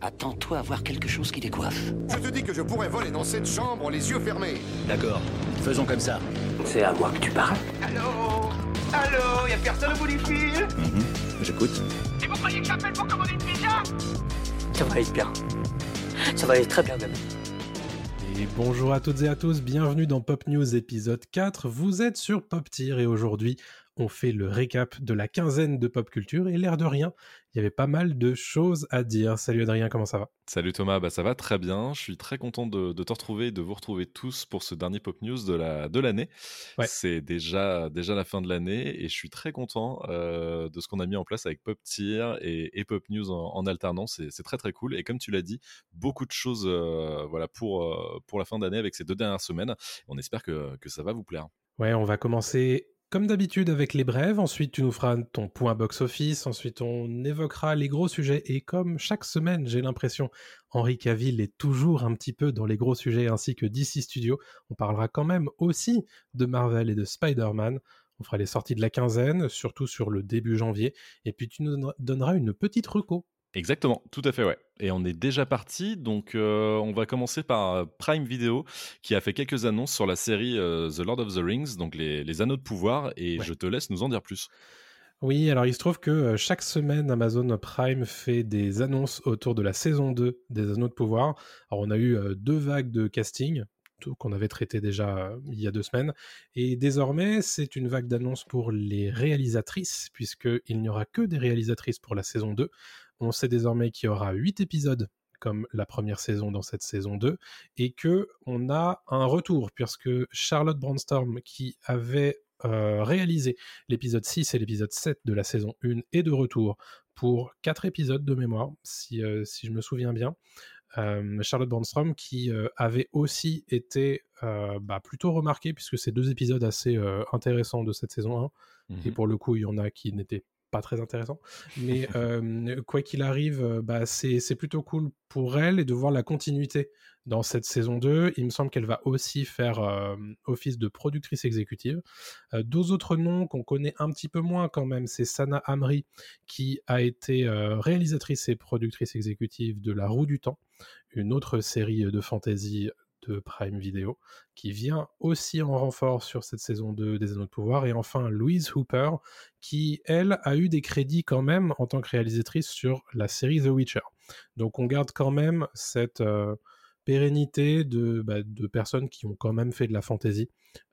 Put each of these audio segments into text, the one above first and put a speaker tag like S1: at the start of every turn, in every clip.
S1: Attends-toi à voir quelque chose qui décoiffe.
S2: Je te dis que je pourrais voler dans cette chambre les yeux fermés.
S3: D'accord, faisons comme ça.
S1: C'est à moi que tu parles.
S4: Allô, y'a personne au bout du fil?
S3: J'écoute.
S4: Et vous croyez que j'appelle pour commander une pizza?
S1: Ça va aller bien. Ça va aller très bien même.
S5: Et bonjour à toutes et à tous, bienvenue dans Pop News épisode 4. Vous êtes sur Pop Tier et aujourd'hui, on fait le récap de la quinzaine de pop culture et l'air de rien, il y avait pas mal de choses à dire. Salut Adrien, comment ça va ?
S6: Salut Thomas, ça va très bien. Je suis très content de te retrouver et de vous retrouver tous pour ce dernier Pop News de l'année.
S5: Ouais.
S6: C'est déjà la fin de l'année et je suis très content de ce qu'on a mis en place avec Pop Tier et Pop News en alternance. C'est très très cool. Et comme tu l'as dit, beaucoup de choses pour la fin d'année avec ces 2 dernières semaines. On espère que ça va vous plaire.
S5: Ouais, on va commencer comme d'habitude avec les brèves, ensuite tu nous feras ton point box-office, ensuite on évoquera les gros sujets et comme chaque semaine j'ai l'impression Henry Cavill est toujours un petit peu dans les gros sujets ainsi que DC Studios, on parlera quand même aussi de Marvel et de Spider-Man, on fera les sorties de la quinzaine, surtout sur le début janvier, et puis tu nous donneras une petite reco.
S6: Exactement, tout à fait, ouais. Et on est déjà parti, donc on va commencer par Prime Video, qui a fait quelques annonces sur la série The Lord of the Rings, donc les Anneaux de Pouvoir, et
S5: Ouais.
S6: je te laisse nous en dire plus.
S5: Oui, alors il se trouve que chaque semaine, Amazon Prime fait des annonces autour de la saison 2 des Anneaux de Pouvoir. Alors on a eu 2 vagues de casting, tout qu'on avait traité déjà il y a 2 semaines, et désormais c'est une vague d'annonces pour les réalisatrices, puisqu'il n'y aura que des réalisatrices pour la saison 2. On sait désormais qu'il y aura 8 épisodes comme la première saison dans cette saison 2, et qu'on a un retour, puisque Charlotte Brandstrom, qui avait réalisé l'épisode 6 et l'épisode 7 de la saison 1, est de retour pour 4 épisodes de mémoire, si je me souviens bien. Charlotte Brandstrom qui avait aussi été plutôt remarquée, puisque c'est 2 épisodes assez intéressants de cette saison 1, et pour le coup il y en a qui n'étaient pas très intéressant, mais quoi qu'il arrive, c'est plutôt cool pour elle et de voir la continuité dans cette saison 2. Il me semble qu'elle va aussi faire office de productrice exécutive. 2 autres noms qu'on connaît un petit peu moins quand même, c'est Sana Amri qui a été réalisatrice et productrice exécutive de La Roue du Temps, une autre série de fantasy de Prime Video, qui vient aussi en renfort sur cette saison 2 des Anneaux de Pouvoir. Et enfin, Louise Hooper, qui, elle, a eu des crédits quand même en tant que réalisatrice sur la série The Witcher. Donc on garde quand même cette pérennité de personnes qui ont quand même fait de la fantasy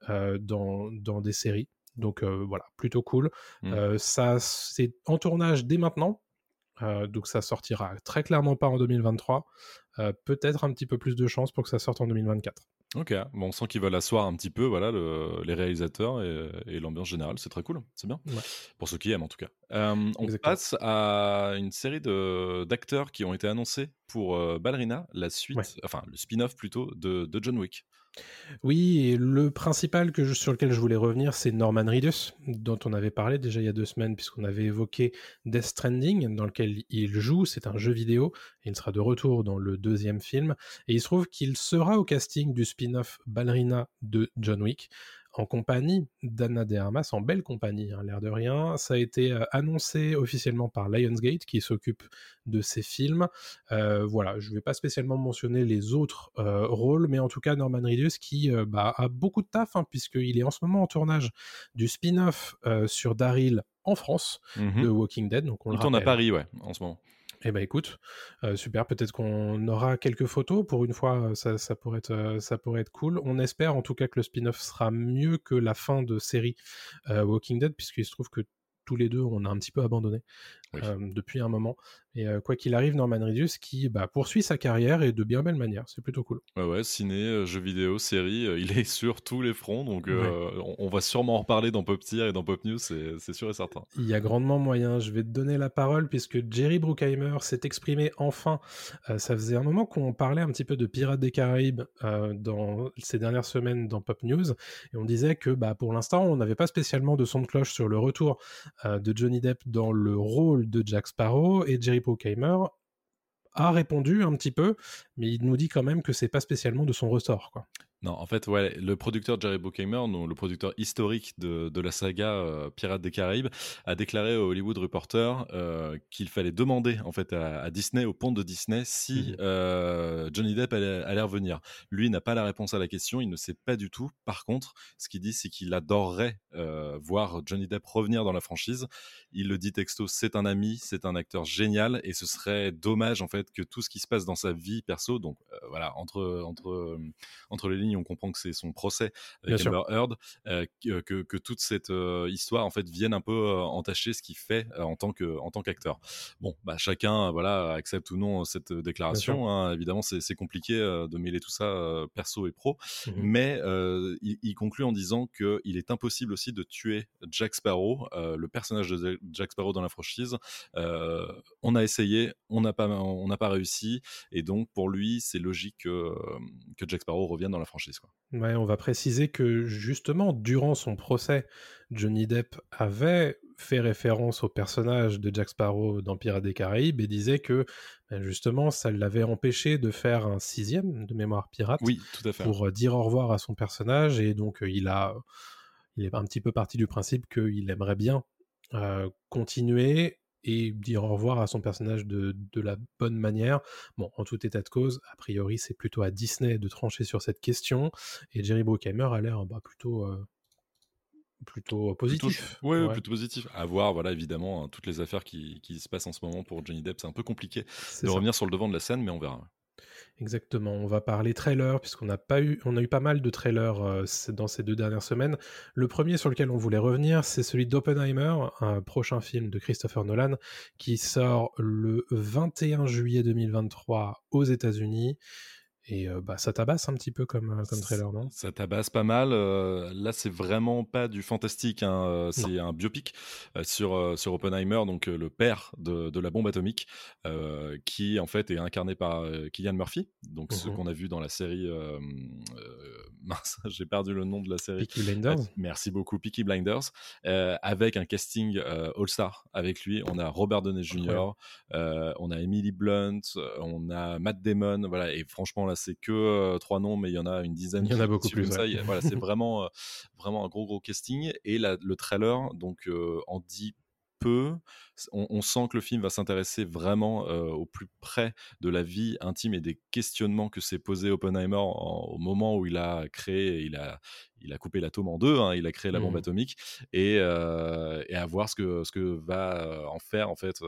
S5: dans des séries. Donc voilà, plutôt cool. Ça, c'est en tournage dès maintenant. Donc ça sortira très clairement pas en 2023, peut-être un petit peu plus de chance pour que ça sorte en 2024.
S6: Ok, bon, on sent qu'ils veulent asseoir un petit peu les réalisateurs et l'ambiance générale, c'est très cool, c'est bien,
S5: Ouais.
S6: pour ceux qui aiment en tout cas. On
S5: Exactement.
S6: passe à une série d'acteurs qui ont été annoncés pour Ballerina, la suite,
S5: Ouais.
S6: enfin le spin-off plutôt de John Wick.
S5: Oui, et le principal sur lequel je voulais revenir, c'est Norman Reedus, dont on avait parlé déjà il y a 2 semaines, puisqu'on avait évoqué Death Stranding, dans lequel il joue, c'est un jeu vidéo, et il sera de retour dans le 2e film, et il se trouve qu'il sera au casting du spin-off Ballerina de John Wick, en compagnie d'Anna de Armas, en belle compagnie, l'air de rien. Ça a été annoncé officiellement par Lionsgate, qui s'occupe de ces films. Voilà, je ne vais pas spécialement mentionner les autres rôles, mais en tout cas Norman Reedus qui a beaucoup de taf, puisqu'il est en ce moment en tournage du spin-off sur Daryl en France, de Walking Dead. Donc on
S6: Il
S5: le
S6: tourne à
S5: rappelle.
S6: Paris, ouais, en ce moment.
S5: Eh ben écoute, super, peut-être qu'on aura quelques photos, pour une fois, ça pourrait être cool. On espère en tout cas que le spin-off sera mieux que la fin de série Walking Dead, puisqu'il se trouve que tous les deux, on a un petit peu abandonné depuis un moment. Et quoi qu'il arrive, Norman Reedus qui poursuit sa carrière et de bien belle manière, c'est plutôt cool.
S6: Ouais, ciné, jeux vidéo, série, il est sur tous les fronts, donc on va sûrement en reparler dans Pop Tier et dans Pop News, c'est sûr et certain.
S5: Il y a grandement moyen, je vais te donner la parole puisque Jerry Bruckheimer s'est exprimé enfin. Ça faisait un moment qu'on parlait un petit peu de Pirates des Caraïbes dans ces dernières semaines dans Pop News, et on disait que pour l'instant on n'avait pas spécialement de son de cloche sur le retour de Johnny Depp dans le rôle de Jack Sparrow, et Jerry Bruckheimer a répondu un petit peu, mais il nous dit quand même que c'est pas spécialement de son ressort, quoi.
S6: Non, en fait, ouais, le producteur Jerry Bruckheimer, le producteur historique de la saga Pirates des Caraïbes, a déclaré au Hollywood Reporter qu'il fallait demander en fait à Disney, au pont de Disney, si Johnny Depp allait revenir. Lui n'a pas la réponse à la question, il ne sait pas du tout. Par contre, ce qu'il dit, c'est qu'il adorerait voir Johnny Depp revenir dans la franchise. Il le dit texto, c'est un ami, c'est un acteur génial, et ce serait dommage en fait que tout ce qui se passe dans sa vie perso, donc voilà, entre les lignes, on comprend que c'est son procès avec Amber Heard, que toute cette histoire en fait vienne un peu entacher ce qu'il fait en tant qu'acteur. Bon, bah chacun voilà accepte ou non cette déclaration. Hein. Évidemment, c'est compliqué de mêler tout ça perso et pro, mais il conclut en disant que il est impossible aussi de tuer Jack Sparrow, le personnage de Jack Sparrow dans la franchise. On a essayé, on n'a pas réussi, et donc pour lui, c'est logique que Jack Sparrow revienne dans la franchise. Quoi.
S5: Ouais, on va préciser que justement, durant son procès, Johnny Depp avait fait référence au personnage de Jack Sparrow dans Pirates des Caraïbes et disait que justement, ça l'avait empêché de faire un 6e de mémoire pirate,
S6: oui, tout à fait.
S5: Pour dire au revoir à son personnage, et donc il est un petit peu parti du principe qu'il aimerait bien continuer et dire au revoir à son personnage de la bonne manière. Bon, en tout état de cause, a priori, c'est plutôt à Disney de trancher sur cette question, et Jerry Bruckheimer a l'air plutôt positif.
S6: Plutôt positif. À voir, voilà, évidemment, hein, toutes les affaires qui se passent en ce moment pour Johnny Depp, c'est un peu compliqué revenir sur le devant de la scène, mais on verra.
S5: Exactement, on va parler trailer, puisqu'on a eu pas mal de trailers dans ces 2 dernières semaines. Le premier sur lequel on voulait revenir, c'est celui d'Oppenheimer, un prochain film de Christopher Nolan, qui sort le 21 juillet 2023 aux États-Unis. Et ça tabasse un petit peu comme trailer, non ?
S6: Ça tabasse pas mal. Là, c'est vraiment pas du fantastique. Hein. C'est un biopic sur Oppenheimer, donc le père de la bombe atomique, qui en fait est incarné par Cillian Murphy, donc ce qu'on a vu dans la série. Mince, j'ai perdu le nom de la série.
S5: Peaky Blinders.
S6: Merci beaucoup, Peaky Blinders, avec un casting all-star avec lui. On a Robert Downey Jr., on a Emily Blunt, on a Matt Damon, voilà. Et franchement là, c'est que 3 noms, mais il y en a une dizaine.
S5: Il y en a beaucoup plus.
S6: Ça. Voilà, c'est vraiment un gros casting. Et le trailer donc en dit peu. On sent que le film va s'intéresser vraiment au plus près de la vie intime et des questionnements que s'est posé Oppenheimer au moment où il a créé, il a coupé l'atome en 2, hein, il a créé la bombe atomique, et à voir ce que va en faire en fait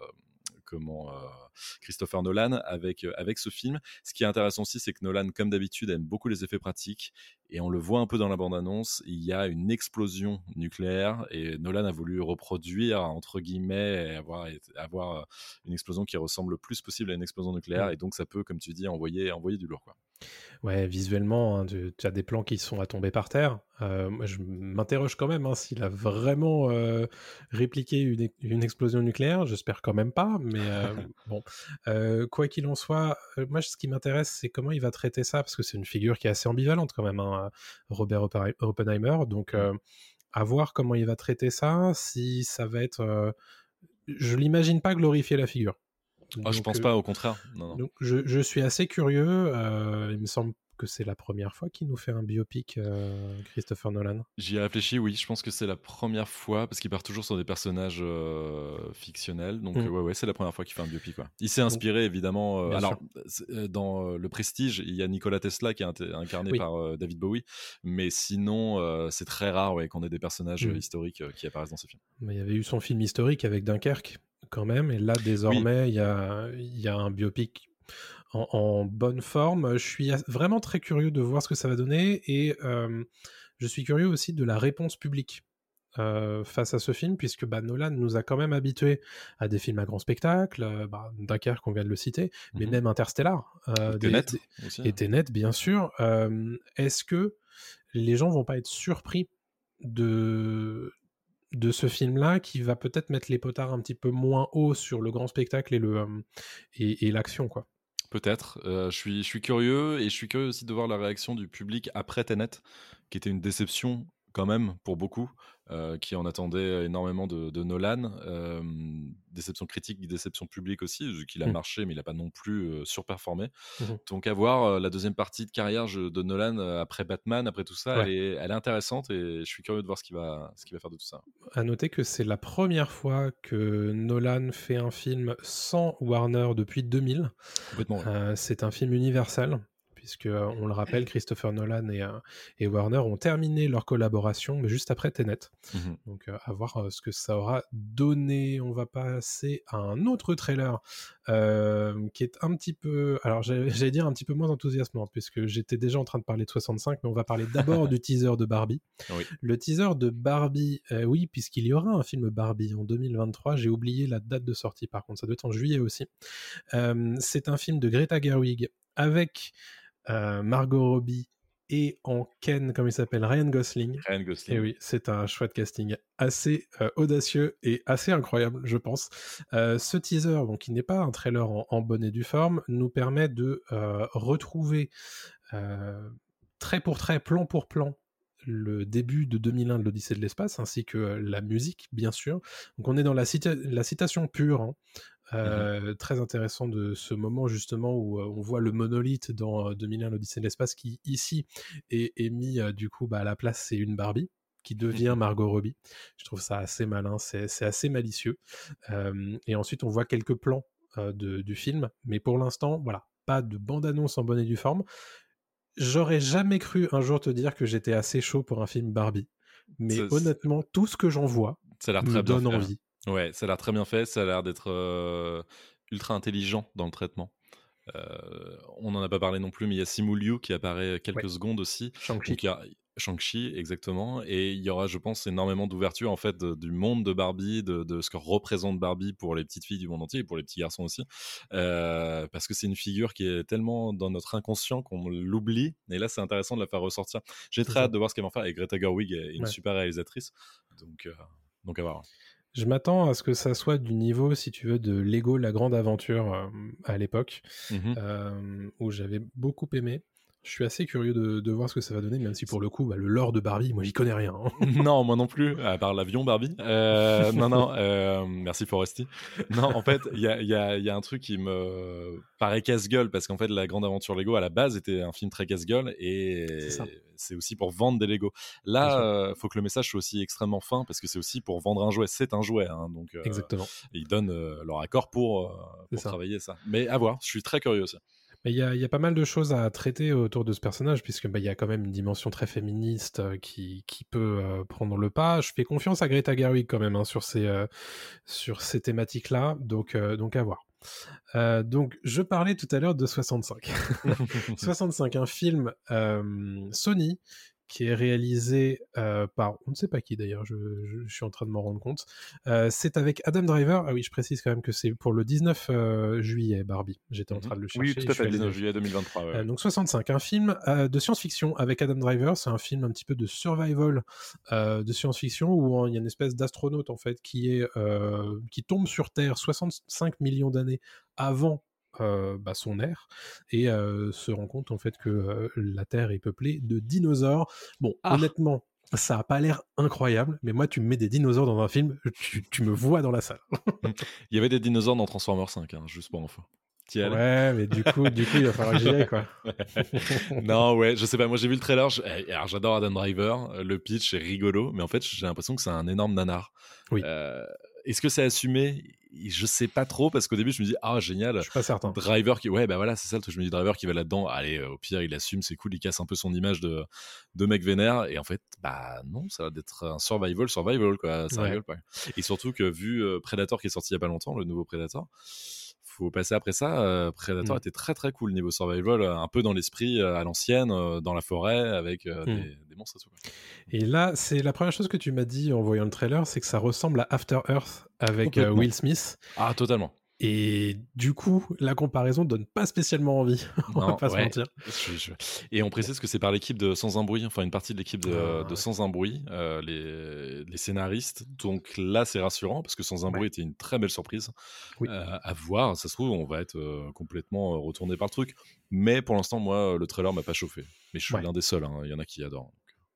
S6: Christopher Nolan avec ce film. Ce qui est intéressant aussi, c'est que Nolan, comme d'habitude, aime beaucoup les effets pratiques, et on le voit un peu dans la bande-annonce, il y a une explosion nucléaire, et Nolan a voulu reproduire, entre guillemets, et avoir une explosion qui ressemble le plus possible à une explosion nucléaire, et donc ça peut, comme tu dis, envoyer du lourd, quoi.
S5: Ouais, visuellement, hein, tu as des plans qui sont à tomber par terre. Moi, je m'interroge quand même s'il a vraiment répliqué une explosion nucléaire. J'espère quand même pas, mais bon. Quoi qu'il en soit, moi, ce qui m'intéresse, c'est comment il va traiter ça, parce que c'est une figure qui est assez ambivalente quand même, hein, Robert Oppenheimer. Donc, à voir comment il va traiter ça, si ça va être... je l'imagine pas glorifier la figure.
S6: Donc, je pense pas, au contraire. Non.
S5: Donc je suis assez curieux. Il me semble que c'est la première fois qu'il nous fait un biopic, Christopher Nolan.
S6: J'y ai réfléchi, oui. Je pense que c'est la première fois, parce qu'il part toujours sur des personnages fictionnels. Donc ouais, c'est la première fois qu'il fait un biopic. Quoi. Il s'est inspiré, évidemment. Dans Le Prestige, il y a Nikola Tesla qui est incarné par David Bowie. Mais sinon, c'est très rare qu'on ait des personnages historiques qui apparaissent dans ce film.
S5: Mais il y avait eu son film historique avec Dunkerque, quand même. Et là, désormais, il y a un biopic en bonne forme. Je suis vraiment très curieux de voir ce que ça va donner, et je suis curieux aussi de la réponse publique face à ce film, puisque Nolan nous a quand même habitués à des films à grand spectacle, Dunkerque, on vient de le citer, mais même Interstellar, et Tenet, bien sûr. Est-ce que les gens vont pas être surpris de ce film-là, qui va peut-être mettre les potards un petit peu moins haut sur le grand spectacle et l'action, quoi?
S6: Peut-être. Je suis curieux, et je suis curieux aussi de voir la réaction du public après Tenet, qui était une déception quand même pour beaucoup. qui en attendait énormément de Nolan. Déception critique, déception publique aussi, vu qu'il a marché, mais il n'a pas non plus surperformé. Donc à voir la deuxième partie de carrière de Nolan après Batman, après tout ça,
S5: Ouais.
S6: elle est intéressante et je suis curieux de voir ce qu'il va faire de tout ça.
S5: À noter que c'est la première fois que Nolan fait un film sans Warner depuis 2000.
S6: Complètement. Ouais.
S5: C'est un film Universal, puisque on le rappelle, Christopher Nolan et Warner ont terminé leur collaboration, mais juste après Tenet. Donc à voir ce que ça aura donné. On va passer à un autre trailer qui est un petit peu, alors j'allais dire un petit peu moins enthousiasmant, puisque j'étais déjà en train de parler de 65, mais on va parler d'abord du teaser de Barbie.
S6: Oui.
S5: Le teaser de Barbie, oui, puisqu'il y aura un film Barbie en 2023, j'ai oublié la date de sortie par contre, ça doit être en juillet aussi. C'est un film de Greta Gerwig avec Margot Robbie et en Ken, comme il s'appelle, Ryan Gosling.
S6: Ryan Gosling.
S5: Et oui, c'est un choix de casting assez audacieux et assez incroyable, je pense. Ce teaser, donc qui n'est pas un trailer en bonne et due forme, nous permet de retrouver trait pour trait, plan pour plan, le début de 2001 de l'Odyssée de l'espace, ainsi que la musique, bien sûr. Donc on est dans la citation pure, hein. Très intéressant de ce moment justement où on voit le monolithe dans 2001 l'Odyssée de l'espace qui ici est mis du coup à la place, c'est une Barbie qui devient Margot Robbie. Je trouve ça assez malin, c'est assez malicieux. Et ensuite on voit quelques plans du film, mais pour l'instant voilà, pas de bande-annonce en bonne et due forme. J'aurais jamais cru un jour te dire que j'étais assez chaud pour un film Barbie, mais honnêtement tout ce que j'en vois
S6: ça a l'air
S5: me
S6: très bien
S5: donne
S6: fait.
S5: envie.
S6: Ouais, ça a l'air très bien fait, ça a l'air d'être ultra intelligent dans le traitement. On n'en a pas parlé non plus, mais il y a Simu Liu qui apparaît quelques secondes aussi.
S5: Shang-Chi.
S6: Donc, il y a Shang-Chi, exactement. Et il y aura, je pense, énormément d'ouverture en fait, du monde de Barbie, de ce que représente Barbie pour les petites filles du monde entier et pour les petits garçons aussi. Parce que c'est une figure qui est tellement dans notre inconscient qu'on l'oublie. Et là, c'est intéressant de la faire ressortir. J'ai très hâte de voir ce qu'elle va en faire. Et Greta Gerwig est une super réalisatrice. Donc à voir.
S5: Je m'attends à ce que ça soit du niveau, si tu veux, de Lego La Grande Aventure à l'époque, où j'avais beaucoup aimé. Je suis assez curieux de voir ce que ça va donner, même si pour le coup, le lore de Barbie, moi j'y connais rien.
S6: Non, moi non plus, à part l'avion Barbie. Non, merci Foresti. Non, en fait, il y a un truc qui me paraît casse-gueule, parce qu'en fait, La Grande Aventure Lego, à la base, était un film très casse-gueule, et c'est aussi pour vendre des Lego. Là, faut que le message soit aussi extrêmement fin, parce que c'est aussi pour vendre un jouet. C'est un jouet, hein, donc
S5: exactement.
S6: Ils donnent leur accord pour travailler ça. Mais à voir, je suis très curieux aussi.
S5: Il y a pas mal de choses à traiter autour de ce personnage, puisque il y a quand même une dimension très féministe qui peut prendre le pas. Je fais confiance à Greta Gerwig quand même sur ces thématiques-là, donc à voir. Donc je parlais tout à l'heure de 65. 65, un film Sony qui est réalisé par on ne sait pas qui d'ailleurs, je suis en train de m'en rendre compte. C'est avec Adam Driver. Ah oui, je précise quand même que c'est pour le 19 juillet Barbie. J'étais en train de le chercher.
S6: Oui, tout à fait, le 19 juillet 2023. Ouais.
S5: Donc 65, un film de science-fiction avec Adam Driver. C'est un film un petit peu de survival de science-fiction où il y a une espèce d'astronaute en fait qui tombe sur Terre 65 millions d'années avant son ère et se rend compte en fait que la Terre est peuplée de dinosaures. Bon, honnêtement, ça a pas l'air incroyable, mais moi tu me mets des dinosaures dans un film, tu me vois dans la salle. Il
S6: y avait des dinosaures dans Transformers 5, juste pour info.
S5: Ouais, mais du coup, il va falloir que j'y aille, quoi.
S6: Non, ouais, je sais pas. Moi, j'ai vu le trailer. Alors, j'adore Adam Driver. Le pitch est rigolo, mais en fait, j'ai l'impression que c'est un énorme nanar.
S5: Oui.
S6: Est-ce que c'est assumé ? Je sais pas trop, parce qu'au début, je me dis, génial.
S5: Je suis pas certain.
S6: Driver qui, ouais, bah voilà, c'est ça le truc. Je me dis, Driver qui va là-dedans. Allez, au pire, il assume, c'est cool, il casse un peu son image de mec vénère. Et en fait, non, ça va être un survival, quoi. Ça rigole pas. Et surtout que, vu Predator qui est sorti il y a pas longtemps, le nouveau Predator, faut passer après ça. Predator était très très cool niveau survival, un peu dans l'esprit à l'ancienne, dans la forêt avec des monstres et tout.
S5: Et là, c'est la première chose que tu m'as dit en voyant le trailer, c'est que ça ressemble à After Earth avec Will Smith.
S6: Ah, totalement.
S5: Et du coup, la comparaison donne pas spécialement envie. On va pas se mentir.
S6: Et on précise que c'est par l'équipe de Sans un bruit, enfin une partie de l'équipe de Sans un bruit, les scénaristes. Donc là, c'est rassurant parce que Sans un bruit était une très belle surprise.
S5: Oui.
S6: À voir, ça se trouve, on va être complètement retourné par le truc. Mais pour l'instant, moi, le trailer m'a pas chauffé. Mais je suis l'un des seuls. Il y en a qui adorent.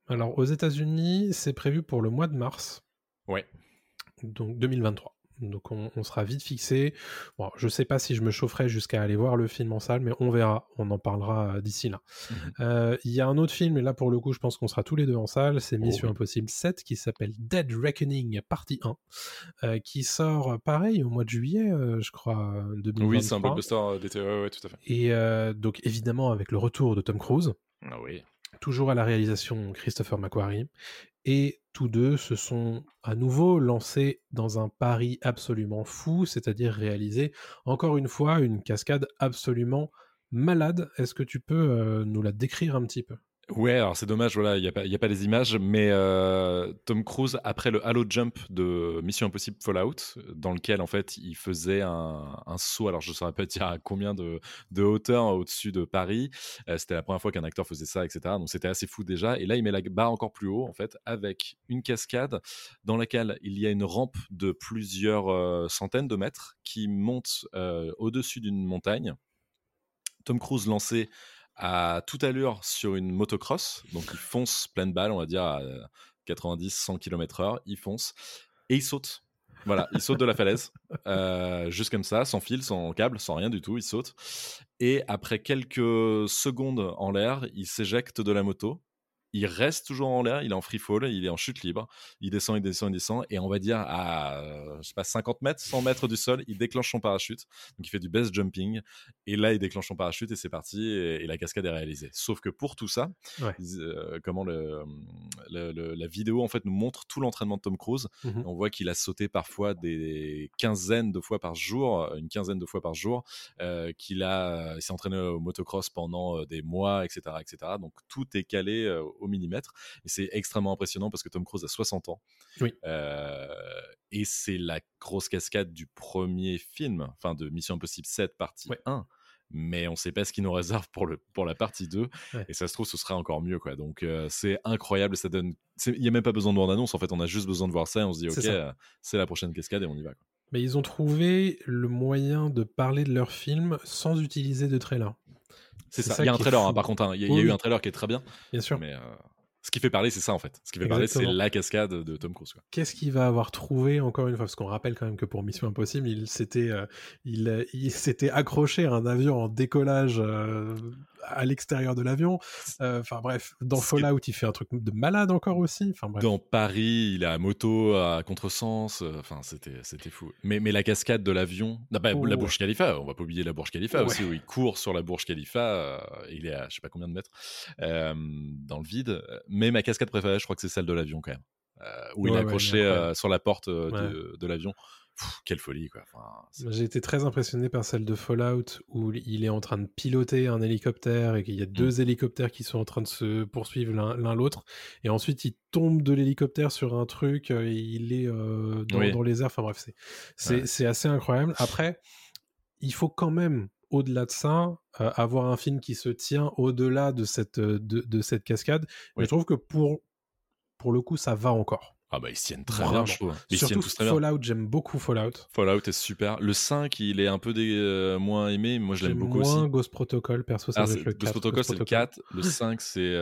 S5: Alors, aux États-Unis, c'est prévu pour le mois de mars,
S6: Ouais.
S5: donc 2023. Donc, on sera vite fixé. Bon, je sais pas si je me chaufferai jusqu'à aller voir le film en salle, mais on verra. On en parlera d'ici là. Il y a un autre film, et là, pour le coup, je pense qu'on sera tous les deux en salle. C'est Mission
S6: oui.
S5: Impossible 7, qui s'appelle Dead Reckoning Partie 1, qui sort, pareil, au mois de juillet, je crois, 2023.
S6: Oui, c'est un blockbuster d'été, ouais, tout à fait.
S5: Et donc, évidemment, avec le retour de Tom Cruise.
S6: Ah oui.
S5: Toujours à la réalisation Christopher McQuarrie, et tous deux se sont à nouveau lancés dans un pari absolument fou, c'est-à-dire réaliser encore une fois une cascade absolument malade. Est-ce que tu peux nous la décrire un petit peu ?
S6: Ouais, alors c'est dommage, voilà, il n'y a pas les images, mais Tom Cruise, après le Halo Jump de Mission Impossible Fallout, dans lequel en fait il faisait un saut, alors je ne saurais pas dire à combien de hauteur au-dessus de Paris, c'était la première fois qu'un acteur faisait ça, etc. Donc c'était assez fou déjà, et là il met la barre encore plus haut en fait, avec une cascade dans laquelle il y a une rampe de plusieurs centaines de mètres qui monte au-dessus d'une montagne. Tom Cruise lancé à toute allure sur une motocross, donc il fonce pleine balle, on va dire à 90-100 km/h, il fonce et il saute. Voilà, il saute de la falaise, juste comme ça, sans fil, sans câble, sans rien du tout, il saute. Et après quelques secondes en l'air, il s'éjecte de la moto. Il reste toujours en l'air, il est en free fall, il est en chute libre, il descend, et on va dire à, je sais pas, 50 mètres, 100 mètres du sol, il déclenche son parachute, donc il fait du base jumping, et là il déclenche son parachute et c'est parti, et la cascade est réalisée. Sauf que pour tout ça,
S5: Ouais.
S6: comment la vidéo en fait nous montre tout l'entraînement de Tom Cruise. On voit qu'il a sauté parfois des quinzaines de fois par jour, qu'il s'est entraîné au motocross pendant des mois, etc., donc tout est calé au millimètre, et c'est extrêmement impressionnant parce que Tom Cruise a 60 ans.
S5: Oui.
S6: Et c'est la grosse cascade du premier film, enfin de Mission Impossible 7 partie 1, mais on ne sait pas ce qu'il nous réserve pour la partie 2, et ça se trouve ce sera encore mieux, quoi. Donc c'est incroyable, il n'y a même pas besoin de bande-annonce, en fait on a juste besoin de voir ça et on se dit ok, c'est la prochaine cascade et on y va, quoi.
S5: Mais ils ont trouvé le moyen de parler de leur film sans utiliser de trailer.
S6: C'est ça. Il y a un trailer, par contre. Il y a eu un trailer qui est très bien.
S5: Bien sûr.
S6: Mais ce qui fait parler, c'est ça, en fait. Ce qui fait parler, c'est la cascade de Tom Cruise, quoi.
S5: Qu'est-ce qu'il va avoir trouvé, encore une fois, parce qu'on rappelle quand même que pour Mission Impossible, il s'était accroché à un avion en décollage à l'extérieur de l'avion. Enfin bref, dans Fallout, il fait un truc de malade encore aussi. Enfin bref.
S6: Dans Paris, il est à moto, à contresens. Enfin, c'était fou. Mais la cascade de l'avion, la Burj Khalifa, on va pas oublier la Burj Khalifa aussi, où il court sur la Burj Khalifa. Il est à je sais pas combien de mètres dans le vide. Mais ma cascade préférée, je crois que c'est celle de l'avion quand même, où il est accroché sur la porte de l'avion. Quelle folie, quoi. Enfin,
S5: j'ai été très impressionné par celle de Fallout où il est en train de piloter un hélicoptère et qu'il y a deux hélicoptères qui sont en train de se poursuivre l'un l'autre, et ensuite il tombe de l'hélicoptère sur un truc et il est dans les airs. Enfin bref, c'est assez incroyable. Après, il faut quand même, au-delà de ça, avoir un film qui se tient au-delà de cette cascade. Mais je trouve que pour le coup, ça va encore.
S6: Ah bah ils se tiennent très bien, je trouve.
S5: Surtout Fallout, j'aime beaucoup Fallout.
S6: Fallout est super. Le 5, il est un peu moins aimé, moi je l'aime beaucoup aussi.
S5: Moins Ghost Protocol, perso, ça va être le 4.
S6: Ghost Protocol, c'est le 4. Le 5, c'est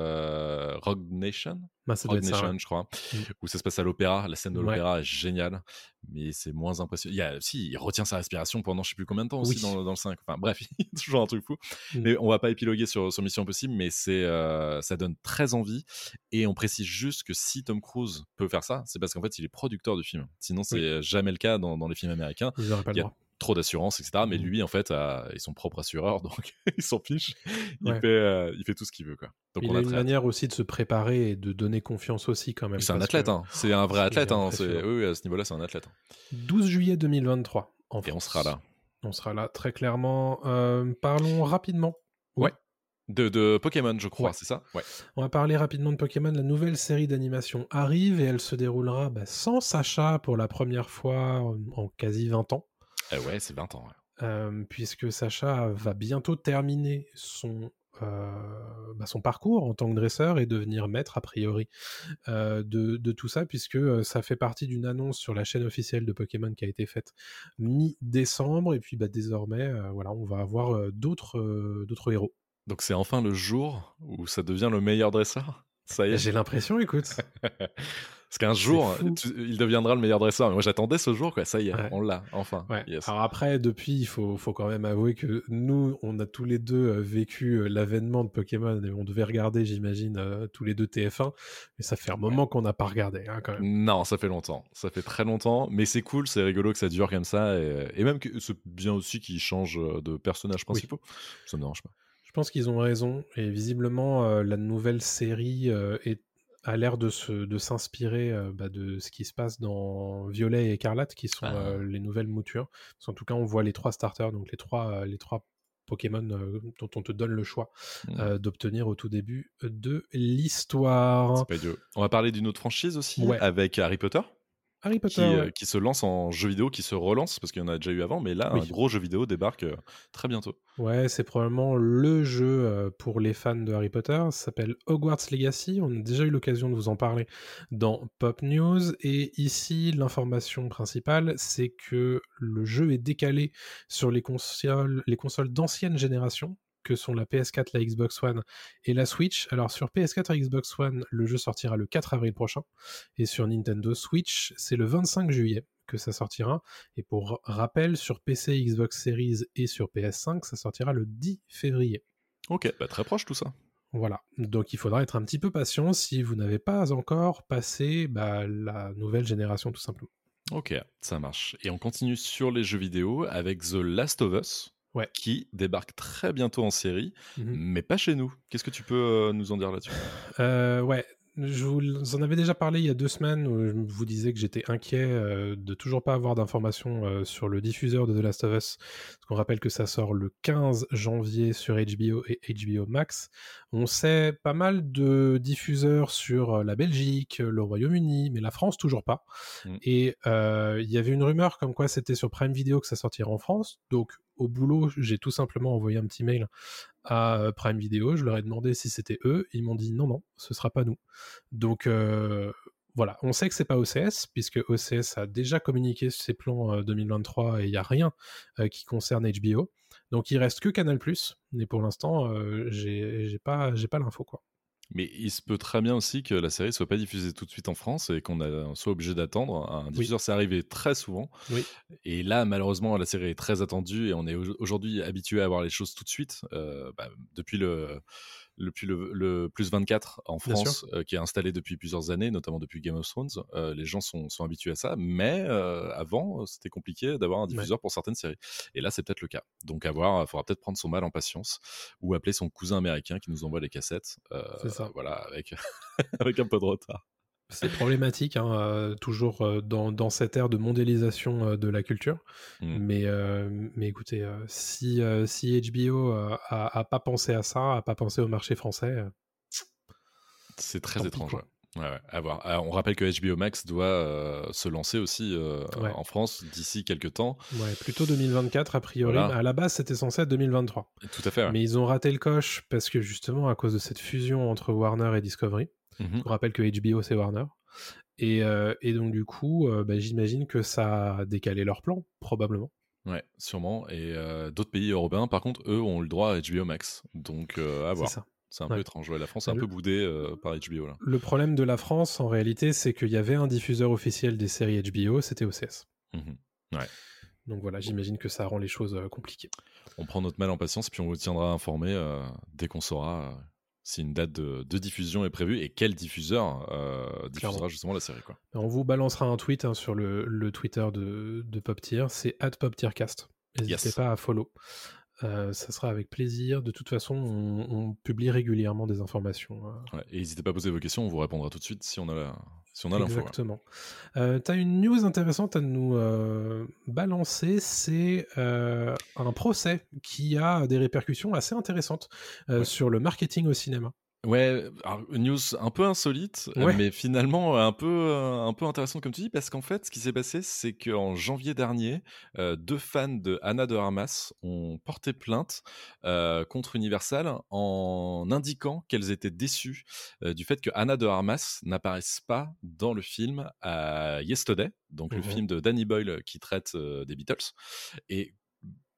S6: Rogue Nation. Rogue Nation, je crois. Où ça se passe à l'opéra. La scène de l'opéra est géniale, mais c'est moins impressionnant. Il retient sa respiration pendant je sais plus combien de temps aussi dans le 5. Enfin bref, il y a toujours un truc fou. Mais on va pas épiloguer sur Mission Impossible, mais ça donne très envie. Et on précise juste que si Tom Cruise peut faire ça, c'est parce qu'en fait il est producteur du film. Sinon c'est jamais le cas dans les films américains.
S5: Ils n'auraient pas le droit.
S6: Trop d'assurance, etc. Mais lui, en fait, est son propre assureur, donc il s'en fiche. Il fait tout ce qu'il veut, quoi. Donc
S5: il a une manière aussi de se préparer et de donner confiance aussi, quand même.
S6: C'est un athlète, c'est un vrai athlète. Oui, à ce niveau-là, c'est un athlète.
S5: 12 juillet 2023.
S6: Et on sera là.
S5: On sera là, très clairement. Parlons rapidement.
S6: Ouais. De Pokémon, je crois, c'est ça ? Ouais.
S5: On va parler rapidement de Pokémon. La nouvelle série d'animation arrive et elle se déroulera sans Sacha pour la première fois en quasi 20 ans.
S6: Ouais, c'est 20 ans.
S5: Puisque Sacha va bientôt terminer son parcours en tant que dresseur et devenir maître, a priori, de tout ça, puisque ça fait partie d'une annonce sur la chaîne officielle de Pokémon qui a été faite mi-décembre, et puis désormais, on va avoir d'autres héros.
S6: Donc c'est enfin le jour où ça devient le meilleur dresseur ? Ça y est.
S5: J'ai l'impression, écoute.
S6: Parce qu'un jour,
S5: fou.
S6: il deviendra le meilleur dresseur. Mais moi, j'attendais ce jour, quoi. Ça y est,
S5: Ouais.
S6: on l'a, enfin.
S5: Ouais.
S6: Yes.
S5: Alors après, depuis, il faut quand même avouer que nous, on a tous les deux vécu l'avènement de Pokémon et on devait regarder, j'imagine, tous les deux TF1. Mais ça fait un moment qu'on n'a pas regardé, hein, quand même.
S6: Non, ça fait longtemps. Ça fait très longtemps. Mais c'est cool, c'est rigolo que ça dure comme ça. Et même que c'est bien aussi qu'ils changent de personnages principaux. Ça me dérange pas.
S5: Je pense qu'ils ont raison. Et visiblement, la nouvelle série a l'air de s'inspirer de ce qui se passe dans Violet et Écarlate, qui sont les nouvelles moutures. Parce qu'en tout cas, on voit les 3 starters, donc les trois Pokémon dont on te donne le choix d'obtenir au tout début de l'histoire.
S6: C'est pas idiot. On va parler d'une autre franchise aussi,
S5: Ouais.
S6: avec Harry Potter.
S5: Harry Potter,
S6: Qui se lance en jeu vidéo, qui se relance, parce qu'il y en a déjà eu avant, mais là,
S5: Oui.
S6: un gros jeu vidéo débarque très bientôt.
S5: Ouais, c'est probablement le jeu pour les fans de Harry Potter. Ça s'appelle Hogwarts Legacy. On a déjà eu l'occasion de vous en parler dans Pop News. Et ici, l'information principale, c'est que le jeu est décalé sur les consoles d'ancienne génération, que sont la PS4, la Xbox One et la Switch. Alors sur PS4 et Xbox One, le jeu sortira le 4 avril prochain. Et sur Nintendo Switch, c'est le 25 juillet que ça sortira. Et pour rappel, sur PC, Xbox Series et sur PS5, ça sortira le 10 février.
S6: Ok, très proche tout ça.
S5: Voilà, donc il faudra être un petit peu patient si vous n'avez pas encore passé la nouvelle génération tout simplement.
S6: Ok, ça marche. Et on continue sur les jeux vidéo avec The Last of Us.
S5: Ouais.
S6: Qui débarque très bientôt en série,
S5: Mhm.
S6: mais pas chez nous. Qu'est-ce que tu peux nous en dire là-dessus ?
S5: Ouais, je vous en avais déjà parlé il y a 2 semaines où je vous disais que j'étais inquiet de toujours pas avoir d'informations sur le diffuseur de The Last of Us. Parce qu'on rappelle que ça sort le 15 janvier sur HBO et HBO Max. On sait pas mal de diffuseurs sur la Belgique, le Royaume-Uni, mais la France toujours pas. Et il y avait une rumeur comme quoi c'était sur Prime Video que ça sortirait en France. Donc au boulot, j'ai tout simplement envoyé un petit mail à Prime Video, je leur ai demandé si c'était eux, ils m'ont dit non, ce sera pas nous. Donc voilà, on sait que c'est pas OCS, puisque OCS a déjà communiqué ses plans 2023 et il n'y a rien qui concerne HBO. Donc il reste que Canal+, mais pour l'instant, j'ai pas l'info, quoi.
S6: Mais il se peut très bien aussi que la série soit pas diffusée tout de suite en France et qu'on soit obligé d'attendre. Un diffuseur, c'est arrivé très souvent.
S5: Oui.
S6: Et là, malheureusement, la série est très attendue et on est aujourd'hui habitué à voir les choses tout de suite. Depuis le plus 24 en France, qui est installé depuis plusieurs années, notamment depuis Game of Thrones, les gens sont habitués à ça. Mais avant, c'était compliqué d'avoir un diffuseur pour certaines séries. Et là, c'est peut-être le cas. Donc à voir, il faudra peut-être prendre son mal en patience ou appeler son cousin américain qui nous envoie les cassettes.
S5: C'est ça.
S6: Voilà, avec un peu de retard.
S5: C'est problématique, hein, toujours dans cette ère de mondialisation de la culture. Mais écoutez, si HBO a pas pensé à ça, a pas pensé au marché français...
S6: c'est très étrange, ouais, à voir. Alors, on rappelle que HBO Max doit se lancer aussi en France d'ici quelques temps.
S5: Ouais, plutôt 2024 a priori. Voilà. À la base, c'était censé être 2023.
S6: Tout à fait. Ouais.
S5: Mais ils ont raté le coche parce que justement, à cause de cette fusion entre Warner et Discovery, on rappelle que HBO, c'est Warner. Et donc, du coup, j'imagine que ça a décalé leur plan, probablement.
S6: Ouais, sûrement. Et d'autres pays européens, par contre, eux, ont le droit à HBO Max. Donc, à voir.
S5: C'est ça.
S6: C'est un peu étrange. Ouais, la France est un peu boudée par HBO. Là.
S5: Le problème de la France, en réalité, c'est qu'il y avait un diffuseur officiel des séries HBO, c'était OCS.
S6: Ouais.
S5: Donc voilà, j'imagine que ça rend les choses compliquées.
S6: On prend notre mal en patience, puis on vous tiendra informé dès qu'on saura si une date de diffusion est prévue et quel diffuseur diffusera justement la série. Quoi.
S5: On vous balancera un tweet sur le Twitter de PopTier, c'est @PopTiercast. N'hésitez pas à follow. Ça sera avec plaisir. De toute façon, on publie régulièrement des informations.
S6: Ouais, et n'hésitez pas à poser vos questions, on vous répondra tout de suite si on a l'info.
S5: Exactement. Ouais. Tu as une news intéressante à nous balancer, c'est un procès qui a des répercussions assez intéressantes sur le marketing au cinéma.
S6: Ouais, alors, une news un peu insolite, mais finalement un peu intéressante comme tu dis, parce qu'en fait, ce qui s'est passé, c'est qu'en janvier dernier, 2 fans de Anna de Armas ont porté plainte contre Universal en indiquant qu'elles étaient déçues du fait que Anna de Armas n'apparaisse pas dans le film Yesterday, donc le film de Danny Boyle qui traite des Beatles. Et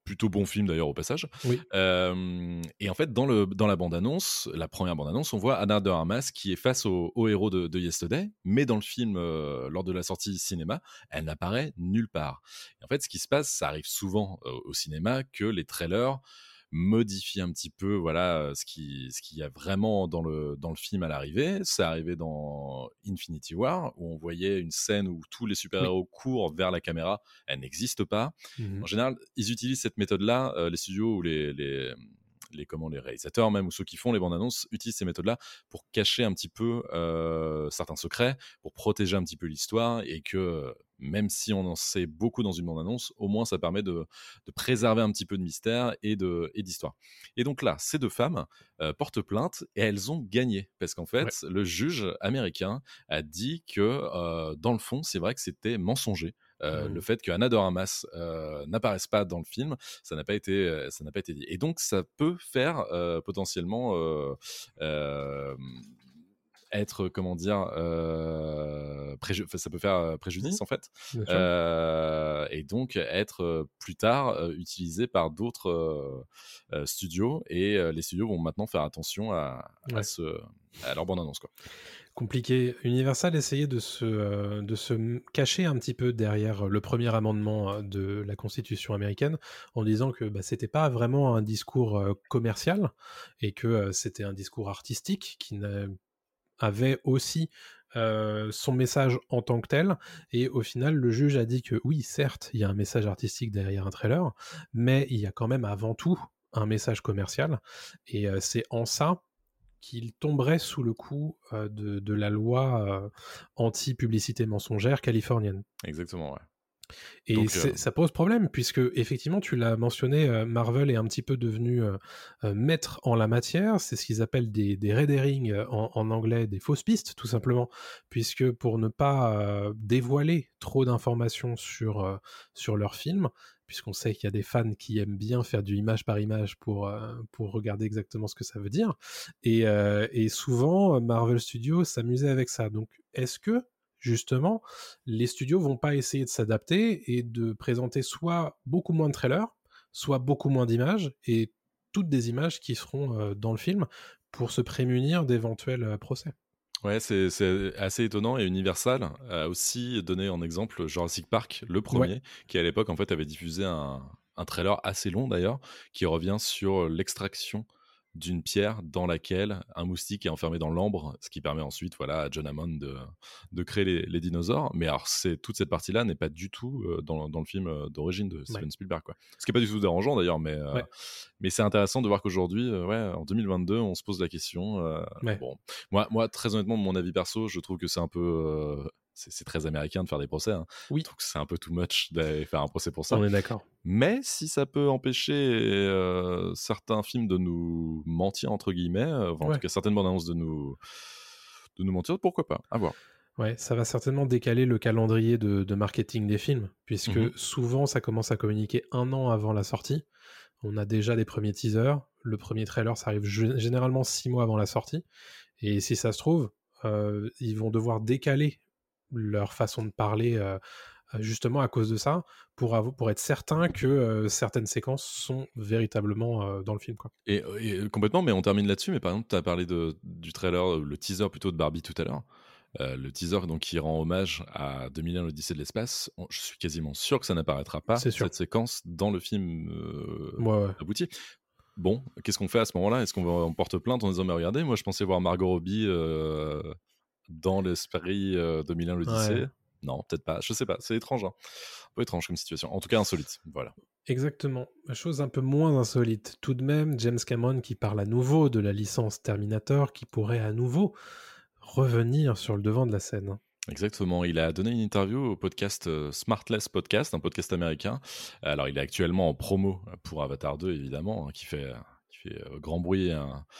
S6: plutôt bon film d'ailleurs au passage.
S5: Oui.
S6: Et en fait, dans la bande-annonce, la première bande-annonce, on voit Anna de Armas qui est face au héros de Yesterday, mais dans le film, lors de la sortie cinéma, elle n'apparaît nulle part. Et en fait, ce qui se passe, ça arrive souvent au cinéma, que les trailers modifie un petit peu voilà ce qu'il y a vraiment dans le film à l'arrivée. C'est arrivé dans Infinity War où on voyait une scène où tous les super-héros courent vers la caméra, elle n'existe pas. En général, ils utilisent cette méthode-là, les studios ou les réalisateurs même ou ceux qui font les bandes annonces utilisent ces méthodes-là pour cacher un petit peu certains secrets, pour protéger un petit peu l'histoire et que même si on en sait beaucoup dans une bande-annonce, au moins ça permet de préserver un petit peu de mystère et d'histoire. Et donc là, ces deux femmes portent plainte et elles ont gagné parce qu'en fait, le juge américain a dit que dans le fond, c'est vrai que c'était mensonger. Le fait que Anna de Armas n'apparaisse pas dans le film, ça n'a pas été dit. Et donc, ça peut faire potentiellement être, comment dire, ça peut faire préjudice en fait, et donc être plus tard utilisé par d'autres studios, et les studios vont maintenant faire attention à leur bande-annonce, quoi.
S5: Compliqué. Universal essayait de se cacher un petit peu derrière le premier amendement de la Constitution américaine en disant que c'était pas vraiment un discours commercial et que c'était un discours artistique qui avait aussi son message en tant que tel, et au final le juge a dit que oui, certes il y a un message artistique derrière un trailer, mais il y a quand même avant tout un message commercial, et c'est en ça qu'il tomberait sous le coup de la loi anti-publicité mensongère californienne.
S6: Exactement, ouais.
S5: Et
S6: donc,
S5: ça pose problème, puisque effectivement, tu l'as mentionné, Marvel est un petit peu devenu maître en la matière. C'est ce qu'ils appellent des red herring en anglais, des fausses pistes, tout simplement, puisque pour ne pas dévoiler trop d'informations sur leur film, puisqu'on sait qu'il y a des fans qui aiment bien faire du image par image pour regarder exactement ce que ça veut dire, et souvent, Marvel Studios s'amusait avec ça. Donc, est-ce que justement, les studios vont pas essayer de s'adapter et de présenter soit beaucoup moins de trailers, soit beaucoup moins d'images, et toutes des images qui seront dans le film pour se prémunir d'éventuels procès.
S6: Ouais, c'est assez étonnant, et Universal a aussi donné en exemple Jurassic Park, le premier, qui à l'époque en fait avait diffusé un trailer assez long d'ailleurs, qui revient sur l'extraction d'une pierre dans laquelle un moustique est enfermé dans l'ambre, ce qui permet ensuite à John Hammond de créer les dinosaures. Mais alors toute cette partie-là n'est pas du tout dans le film d'origine de Steven Spielberg, quoi. Ce qui n'est pas du tout dérangeant d'ailleurs, mais c'est intéressant de voir qu'aujourd'hui, en 2022, on se pose la question. Bon, moi, très honnêtement, mon avis perso, je trouve que c'est un peu... c'est très américain de faire des procès. Hein.
S5: Oui.
S6: Je trouve que c'est un peu too much d'aller faire un procès pour ça.
S5: On est d'accord.
S6: Mais si ça peut empêcher certains films de nous mentir, entre guillemets, en tout cas certaines bandes annonces de nous mentir, pourquoi pas, à voir.
S5: Ouais, ça va certainement décaler le calendrier de marketing des films, puisque souvent ça commence à communiquer 1 an avant la sortie. On a déjà des premiers teasers. Le premier trailer, ça arrive généralement 6 mois avant la sortie. Et si ça se trouve, ils vont devoir décaler leur façon de parler justement à cause de ça, pour être certain que certaines séquences sont véritablement dans le film, quoi.
S6: Et complètement, mais on termine là-dessus. Mais par exemple, tu as parlé du trailer, le teaser plutôt de Barbie tout à l'heure. Le teaser donc, qui rend hommage à 2001 l'Odyssée de l'espace. Je suis quasiment sûr que ça n'apparaîtra pas, cette séquence, dans le film abouti. Bon, qu'est-ce qu'on fait à ce moment-là ? Est-ce qu'on porte plainte en disant mais regardez, moi je pensais voir Margot Robbie dans l'esprit 2001 l'Odyssée. Non, peut-être pas, je sais pas, c'est étrange, hein. Un peu étrange comme situation, en tout cas insolite, voilà.
S5: Exactement, chose un peu moins insolite tout de même, James Cameron qui parle à nouveau de la licence Terminator, qui pourrait à nouveau revenir sur le devant de la scène.
S6: Exactement, il a donné une interview au podcast Smartless Podcast, un podcast américain. Alors il est actuellement en promo pour Avatar 2 évidemment, qui fait grand bruit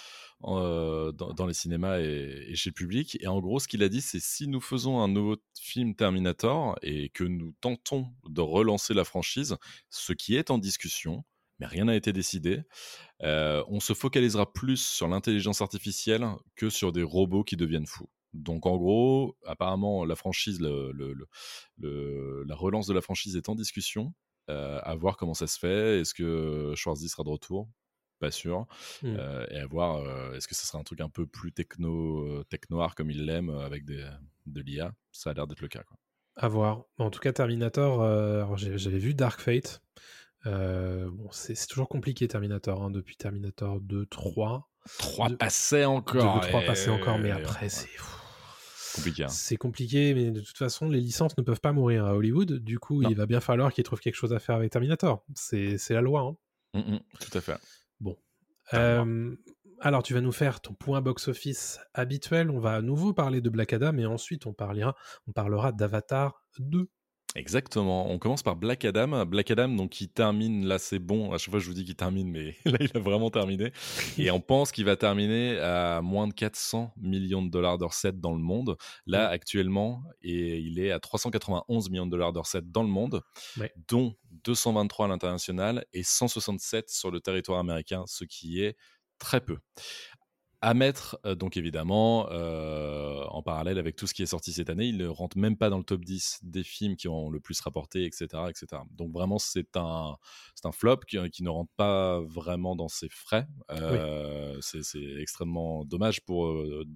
S6: dans les cinémas et chez le public. Et en gros, ce qu'il a dit, c'est si nous faisons un nouveau film Terminator et que nous tentons de relancer la franchise, ce qui est en discussion, mais rien n'a été décidé, on se focalisera plus sur l'intelligence artificielle que sur des robots qui deviennent fous. Donc en gros, apparemment, la franchise, la relance de la franchise est en discussion. À voir comment ça se fait. Est-ce que Schwarzy sera de retour? Pas sûr. Et à voir, est-ce que ce sera un truc un peu plus tech-noir comme il l'aime, avec de l'IA? Ça a l'air d'être le cas, quoi.
S5: À voir. En tout cas, Terminator, alors j'avais vu Dark Fate. Bon, c'est toujours compliqué Terminator, hein, depuis Terminator 2, 3.
S6: 3 passés encore.
S5: 2, 3 passés encore, mais après, c'est
S6: compliqué. Hein.
S5: C'est compliqué, mais de toute façon, les licences ne peuvent pas mourir à Hollywood. Du coup, il va bien falloir qu'ils trouvent quelque chose à faire avec Terminator. C'est la loi. Hein.
S6: Tout à fait.
S5: Bon. Alors, tu vas nous faire ton point box-office habituel. On va à nouveau parler de Black Adam et ensuite on parlera d'Avatar 2.
S6: Exactement. On commence par Black Adam. Black Adam, donc, qui termine, là c'est bon, à chaque fois je vous dis qu'il termine, mais là il a vraiment terminé. Et on pense qu'il va terminer à moins de 400 millions de dollars de recettes dans le monde. Là, actuellement, et il est à 391 millions de dollars de recettes dans le monde, dont 223 à l'international et 167 sur le territoire américain, ce qui est très peu. À mettre, donc évidemment, en parallèle avec tout ce qui est sorti cette année, il ne rentre même pas dans le top 10 des films qui ont le plus rapporté, etc. etc. Donc vraiment, c'est un flop qui ne rentre pas vraiment dans ses frais. C'est extrêmement dommage pour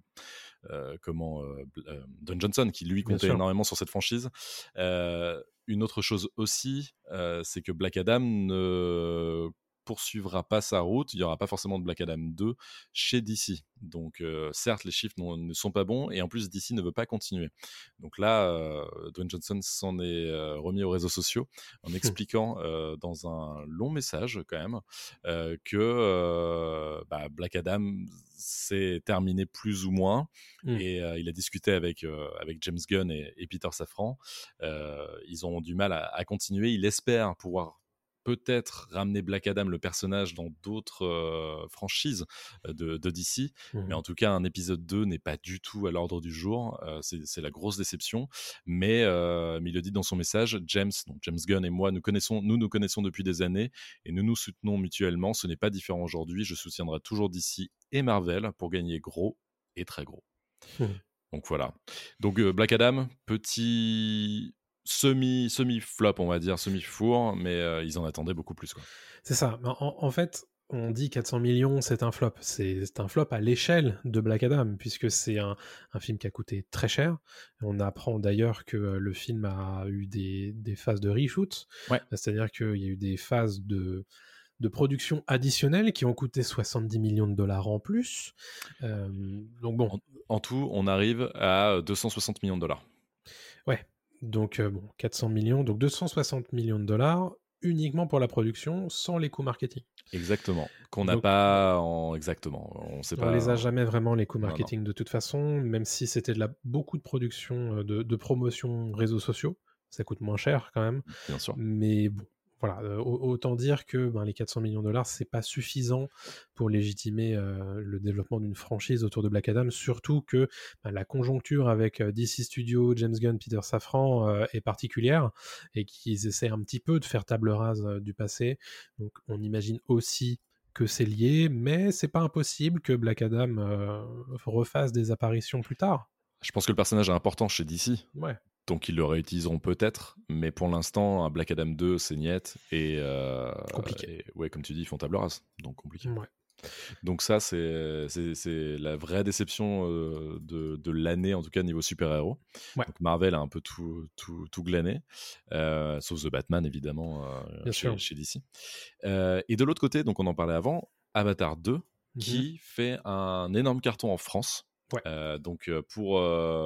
S6: Don Johnson, qui lui comptait énormément sur cette franchise. Une autre chose aussi, c'est que Black Adam ne poursuivra pas sa route, il n'y aura pas forcément de Black Adam 2 chez DC. Donc certes, les chiffres ne sont pas bons, et en plus DC ne veut pas continuer. Donc là, Dwayne Johnson s'en est remis aux réseaux sociaux en expliquant dans un long message quand même que Black Adam s'est terminé plus ou moins, et il a discuté avec James Gunn et Peter Safran. Ils ont du mal à continuer. Il espère pouvoir peut-être ramener Black Adam, le personnage, dans d'autres franchises de DC, mais en tout cas un épisode 2 n'est pas du tout à l'ordre du jour. C'est la grosse déception, mais il le dit dans son message. James Gunn et moi nous nous connaissons depuis des années et nous nous soutenons mutuellement. Ce n'est pas différent aujourd'hui. Je soutiendrai toujours DC et Marvel pour gagner gros et très gros. Donc voilà. Donc Black Adam, petit semi-flop, on va dire, semi-four, mais ils en attendaient beaucoup plus, quoi.
S5: C'est ça. En fait, on dit 400 millions, c'est un flop. C'est un flop à l'échelle de Black Adam, puisque c'est un film qui a coûté très cher. On apprend d'ailleurs que le film a eu des phases de reshoot. C'est-à-dire qu'il y a eu des phases de production additionnelle qui ont coûté 70 millions de dollars en plus. Donc bon.
S6: En tout, on arrive à 260 millions de dollars.
S5: Ouais. Donc 400 millions, donc 260 millions de dollars uniquement pour la production, sans les coûts marketing.
S6: Exactement. Qu'on n'a pas exactement. On
S5: les a jamais vraiment, les coûts marketing, de toute façon, même si c'était beaucoup de production, de promotion réseaux sociaux, ça coûte moins cher quand même.
S6: Bien sûr.
S5: Mais bon, voilà, autant dire que les 400 millions de dollars, c'est pas suffisant pour légitimer le développement d'une franchise autour de Black Adam, surtout que la conjoncture avec DC Studios, James Gunn, Peter Safran est particulière, et qu'ils essaient un petit peu de faire table rase du passé. Donc on imagine aussi que c'est lié, mais c'est pas impossible que Black Adam refasse des apparitions plus tard.
S6: Je pense que le personnage est important chez DC.
S5: Ouais.
S6: Donc ils le réutiliseront peut-être, mais pour l'instant, un Black Adam 2, c'est niet, et
S5: compliqué.
S6: Et, comme tu dis, ils font table rase, donc compliqué.
S5: Ouais.
S6: Donc ça, c'est la vraie déception de l'année, en tout cas niveau super-héros. Donc Marvel a un peu tout glané, sauf The Batman, évidemment, chez DC. Et de l'autre côté, donc on en parlait avant, Avatar 2, qui fait un énorme carton en France. Donc pour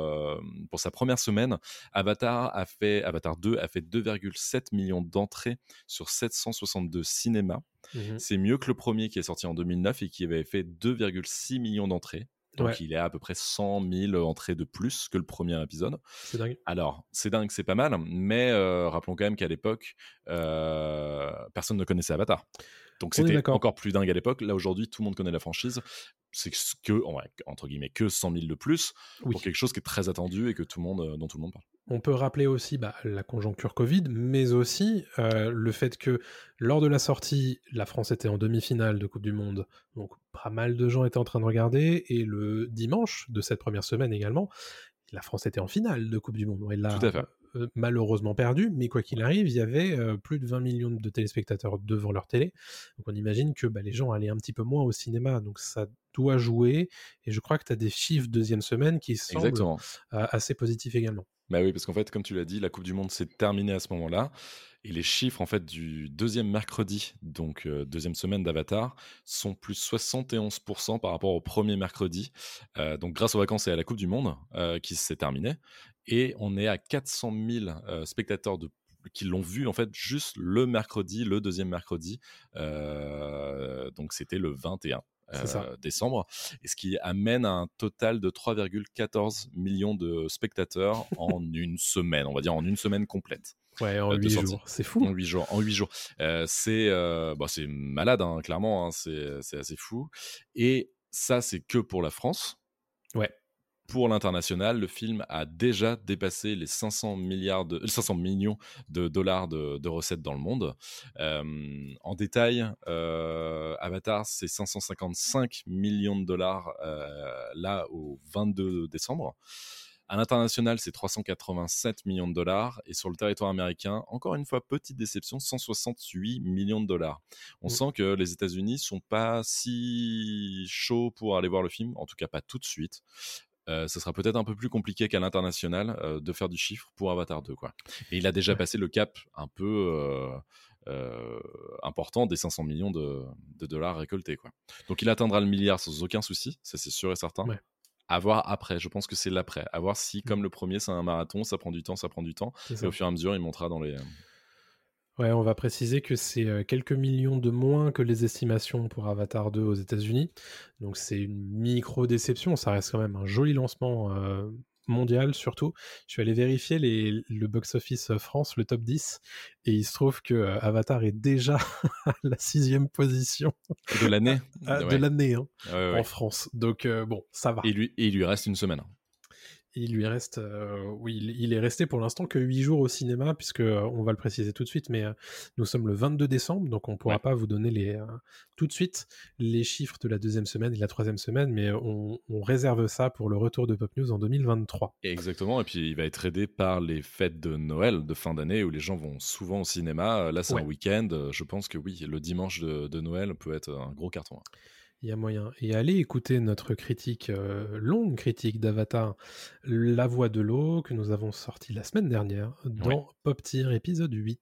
S6: sa première semaine, Avatar 2 a fait 2,7 millions d'entrées sur 762 cinémas. C'est mieux que le premier qui est sorti en 2009 et qui avait fait 2,6 millions d'entrées. Donc il est à peu près 100 000 entrées de plus que le premier épisode.
S5: C'est dingue.
S6: Alors, c'est dingue, c'est pas mal, mais rappelons quand même qu'à l'époque, personne ne connaissait Avatar. Donc c'était encore plus dingue à l'époque. Là, aujourd'hui, tout le monde connaît la franchise. C'est entre guillemets, que 100 000 de plus pour quelque chose qui est très attendu et dont tout le monde parle.
S5: On peut rappeler aussi la conjoncture Covid, mais aussi le fait que lors de la sortie, la France était en demi-finale de Coupe du Monde. Donc pas mal de gens étaient en train de regarder. Et le dimanche de cette première semaine également, la France était en finale de Coupe du Monde. Et là,
S6: tout à fait.
S5: malheureusement perdu, mais quoi qu'il arrive, il y avait plus de 20 millions de téléspectateurs devant leur télé. Donc on imagine que les gens allaient un petit peu moins au cinéma, donc ça doit jouer. Et je crois que tu as des chiffres deuxième semaine qui semblent
S6: Exactement.
S5: assez positifs également.
S6: Bah oui, parce qu'en fait, comme tu l'as dit, la Coupe du Monde s'est terminée à ce moment-là. Et les chiffres en fait du deuxième mercredi, donc deuxième semaine d'Avatar, sont plus 71% par rapport au premier mercredi. Donc grâce aux vacances et à la Coupe du Monde qui s'est terminée. Et on est à 400 000 spectateurs qui l'ont vu en fait juste le mercredi, le deuxième mercredi. Donc c'était le 21. Décembre, et ce qui amène à un total de 3,14 millions de spectateurs en une semaine, on va dire en une semaine complète.
S5: Ouais, en 8 jours, c'est fou.
S6: En 8 jours. C'est malade, hein, clairement, hein, c'est assez fou. Et ça, c'est que pour la France.
S5: Ouais.
S6: Pour l'international, le film a déjà dépassé les 500 millions de dollars de recettes dans le monde. En détail, Avatar, c'est 555 millions de dollars là au 22 décembre. À l'international, c'est 387 millions de dollars. Et sur le territoire américain, encore une fois, petite déception, 168 millions de dollars. On sent que les États-Unis sont pas si chauds pour aller voir le film, en tout cas pas tout de suite. Ce sera peut-être un peu plus compliqué qu'à l'international de faire du chiffre pour Avatar 2, quoi. Et il a déjà passé le cap un peu important des 500 millions de dollars récoltés, quoi. Donc il atteindra le milliard sans aucun souci, ça c'est sûr et certain.
S5: Ouais.
S6: À voir après, je pense que c'est l'après. À voir si, comme le premier, c'est un marathon, ça prend du temps. Et au fur et à mesure, il montera dans les...
S5: Ouais, on va préciser que c'est quelques millions de moins que les estimations pour Avatar 2 aux États-Unis. Donc c'est une micro-déception. Ça reste quand même un joli lancement mondial, surtout. Je suis allé vérifier le box-office France, le top 10, et il se trouve que Avatar est déjà à la 6e position.
S6: De l'année
S5: De l'année, hein,
S6: ouais.
S5: en France. Donc bon, ça va.
S6: Et il lui reste une semaine.
S5: Il lui reste, il est resté pour l'instant que 8 jours au cinéma, puisque on va le préciser tout de suite, mais nous sommes le 22 décembre, donc on ne pourra pas vous donner tout de suite les chiffres de la deuxième semaine et de la troisième semaine, mais on réserve ça pour le retour de Pop News en 2023.
S6: Exactement, et puis il va être aidé par les fêtes de Noël, de fin d'année, où les gens vont souvent au cinéma. Là, c'est un week-end. Je pense que oui, le dimanche de Noël peut être un gros carton.
S5: Il y a moyen. Et allez écouter notre critique, longue critique d'Avatar, La Voix de l'eau, que nous avons sorti la semaine dernière dans Pop Tier épisode 8.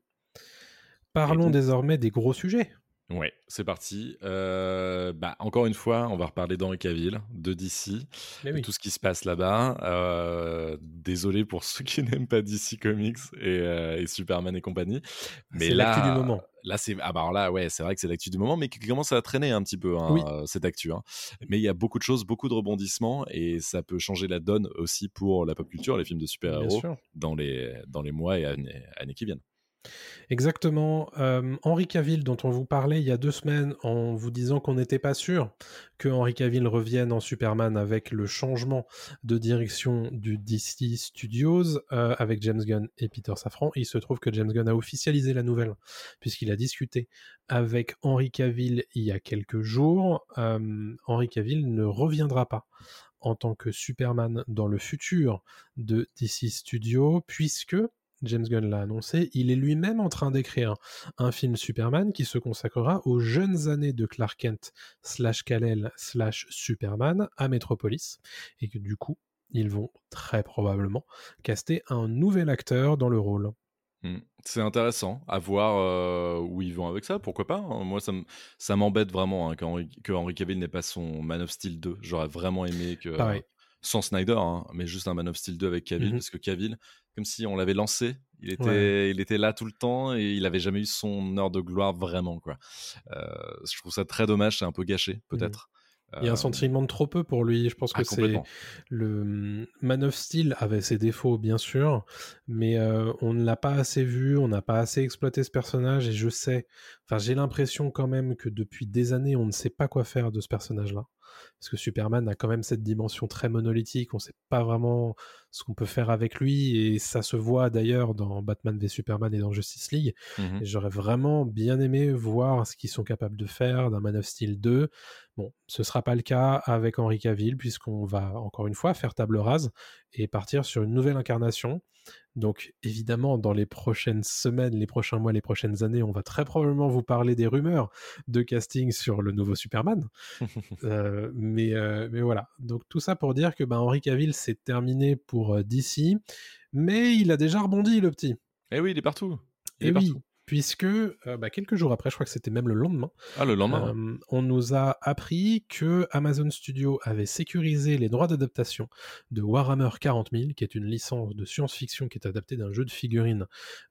S5: Parlons désormais des gros sujets.
S6: Ouais, c'est parti. Encore une fois, on va reparler d'Henry Cavill, de DC, de tout ce qui se passe là-bas. Désolé pour ceux qui n'aiment pas DC Comics et Superman et compagnie. Mais
S5: c'est l'actu du moment.
S6: Là, c'est vrai que c'est l'actu du moment, mais qui commence à traîner un petit peu, cette actu. Mais il y a beaucoup de choses, beaucoup de rebondissements, et ça peut changer la donne aussi pour la pop culture, les films de super-héros, dans les mois et années qui viennent.
S5: Exactement. Henry Cavill, dont on vous parlait il y a 2 semaines en vous disant qu'on n'était pas sûr que Henry Cavill revienne en Superman avec le changement de direction du DC Studios avec James Gunn et Peter Safran. Il se trouve que James Gunn a officialisé la nouvelle puisqu'il a discuté avec Henry Cavill il y a quelques jours. Henry Cavill ne reviendra pas en tant que Superman dans le futur de DC Studios puisque James Gunn l'a annoncé, il est lui-même en train d'écrire un film Superman qui se consacrera aux jeunes années de Clark Kent / Kal-El / Superman à Metropolis, et que du coup, ils vont très probablement caster un nouvel acteur dans le rôle.
S6: C'est intéressant à voir où ils vont avec ça, pourquoi pas. Moi, ça m'embête vraiment que Henry Cavill n'ait pas son Man of Steel 2. J'aurais vraiment aimé que...
S5: Pareil.
S6: Sans Snyder, mais juste un Man of Steel 2 avec Cavill, parce que Cavill, comme si on l'avait lancé, il était là tout le temps et il avait jamais eu son heure de gloire vraiment, quoi. Je trouve ça très dommage, c'est un peu gâché, peut-être.
S5: Il y a un sentiment de trop peu pour lui. Je pense que c'est le Man of Steel avait ses défauts, bien sûr, mais on ne l'a pas assez vu, on n'a pas assez exploité ce personnage, et j'ai l'impression quand même que depuis des années, on ne sait pas quoi faire de ce personnage-là. Parce que Superman a quand même cette dimension très monolithique, on ne sait pas vraiment ce qu'on peut faire avec lui, et ça se voit d'ailleurs dans Batman v Superman et dans Justice League. Et j'aurais vraiment bien aimé voir ce qu'ils sont capables de faire d'un Man of Steel 2. Bon, ce ne sera pas le cas avec Henry Cavill, puisqu'on va encore une fois faire table rase et partir sur une nouvelle incarnation Donc évidemment, dans les prochaines semaines, les prochains mois, les prochaines années, on va très probablement vous parler des rumeurs de casting sur le nouveau Superman. Mais voilà. Donc tout ça pour dire que Henry Cavill, c'est terminé pour DC, mais il a déjà rebondi, le petit.
S6: Eh oui, il est partout.
S5: Et oui, puisque quelques jours après, je crois que c'était même le lendemain,
S6: le lendemain.
S5: On nous a appris que Amazon Studios avait sécurisé les droits d'adaptation de Warhammer 40 000, qui est une licence de science-fiction qui est adaptée d'un jeu de figurines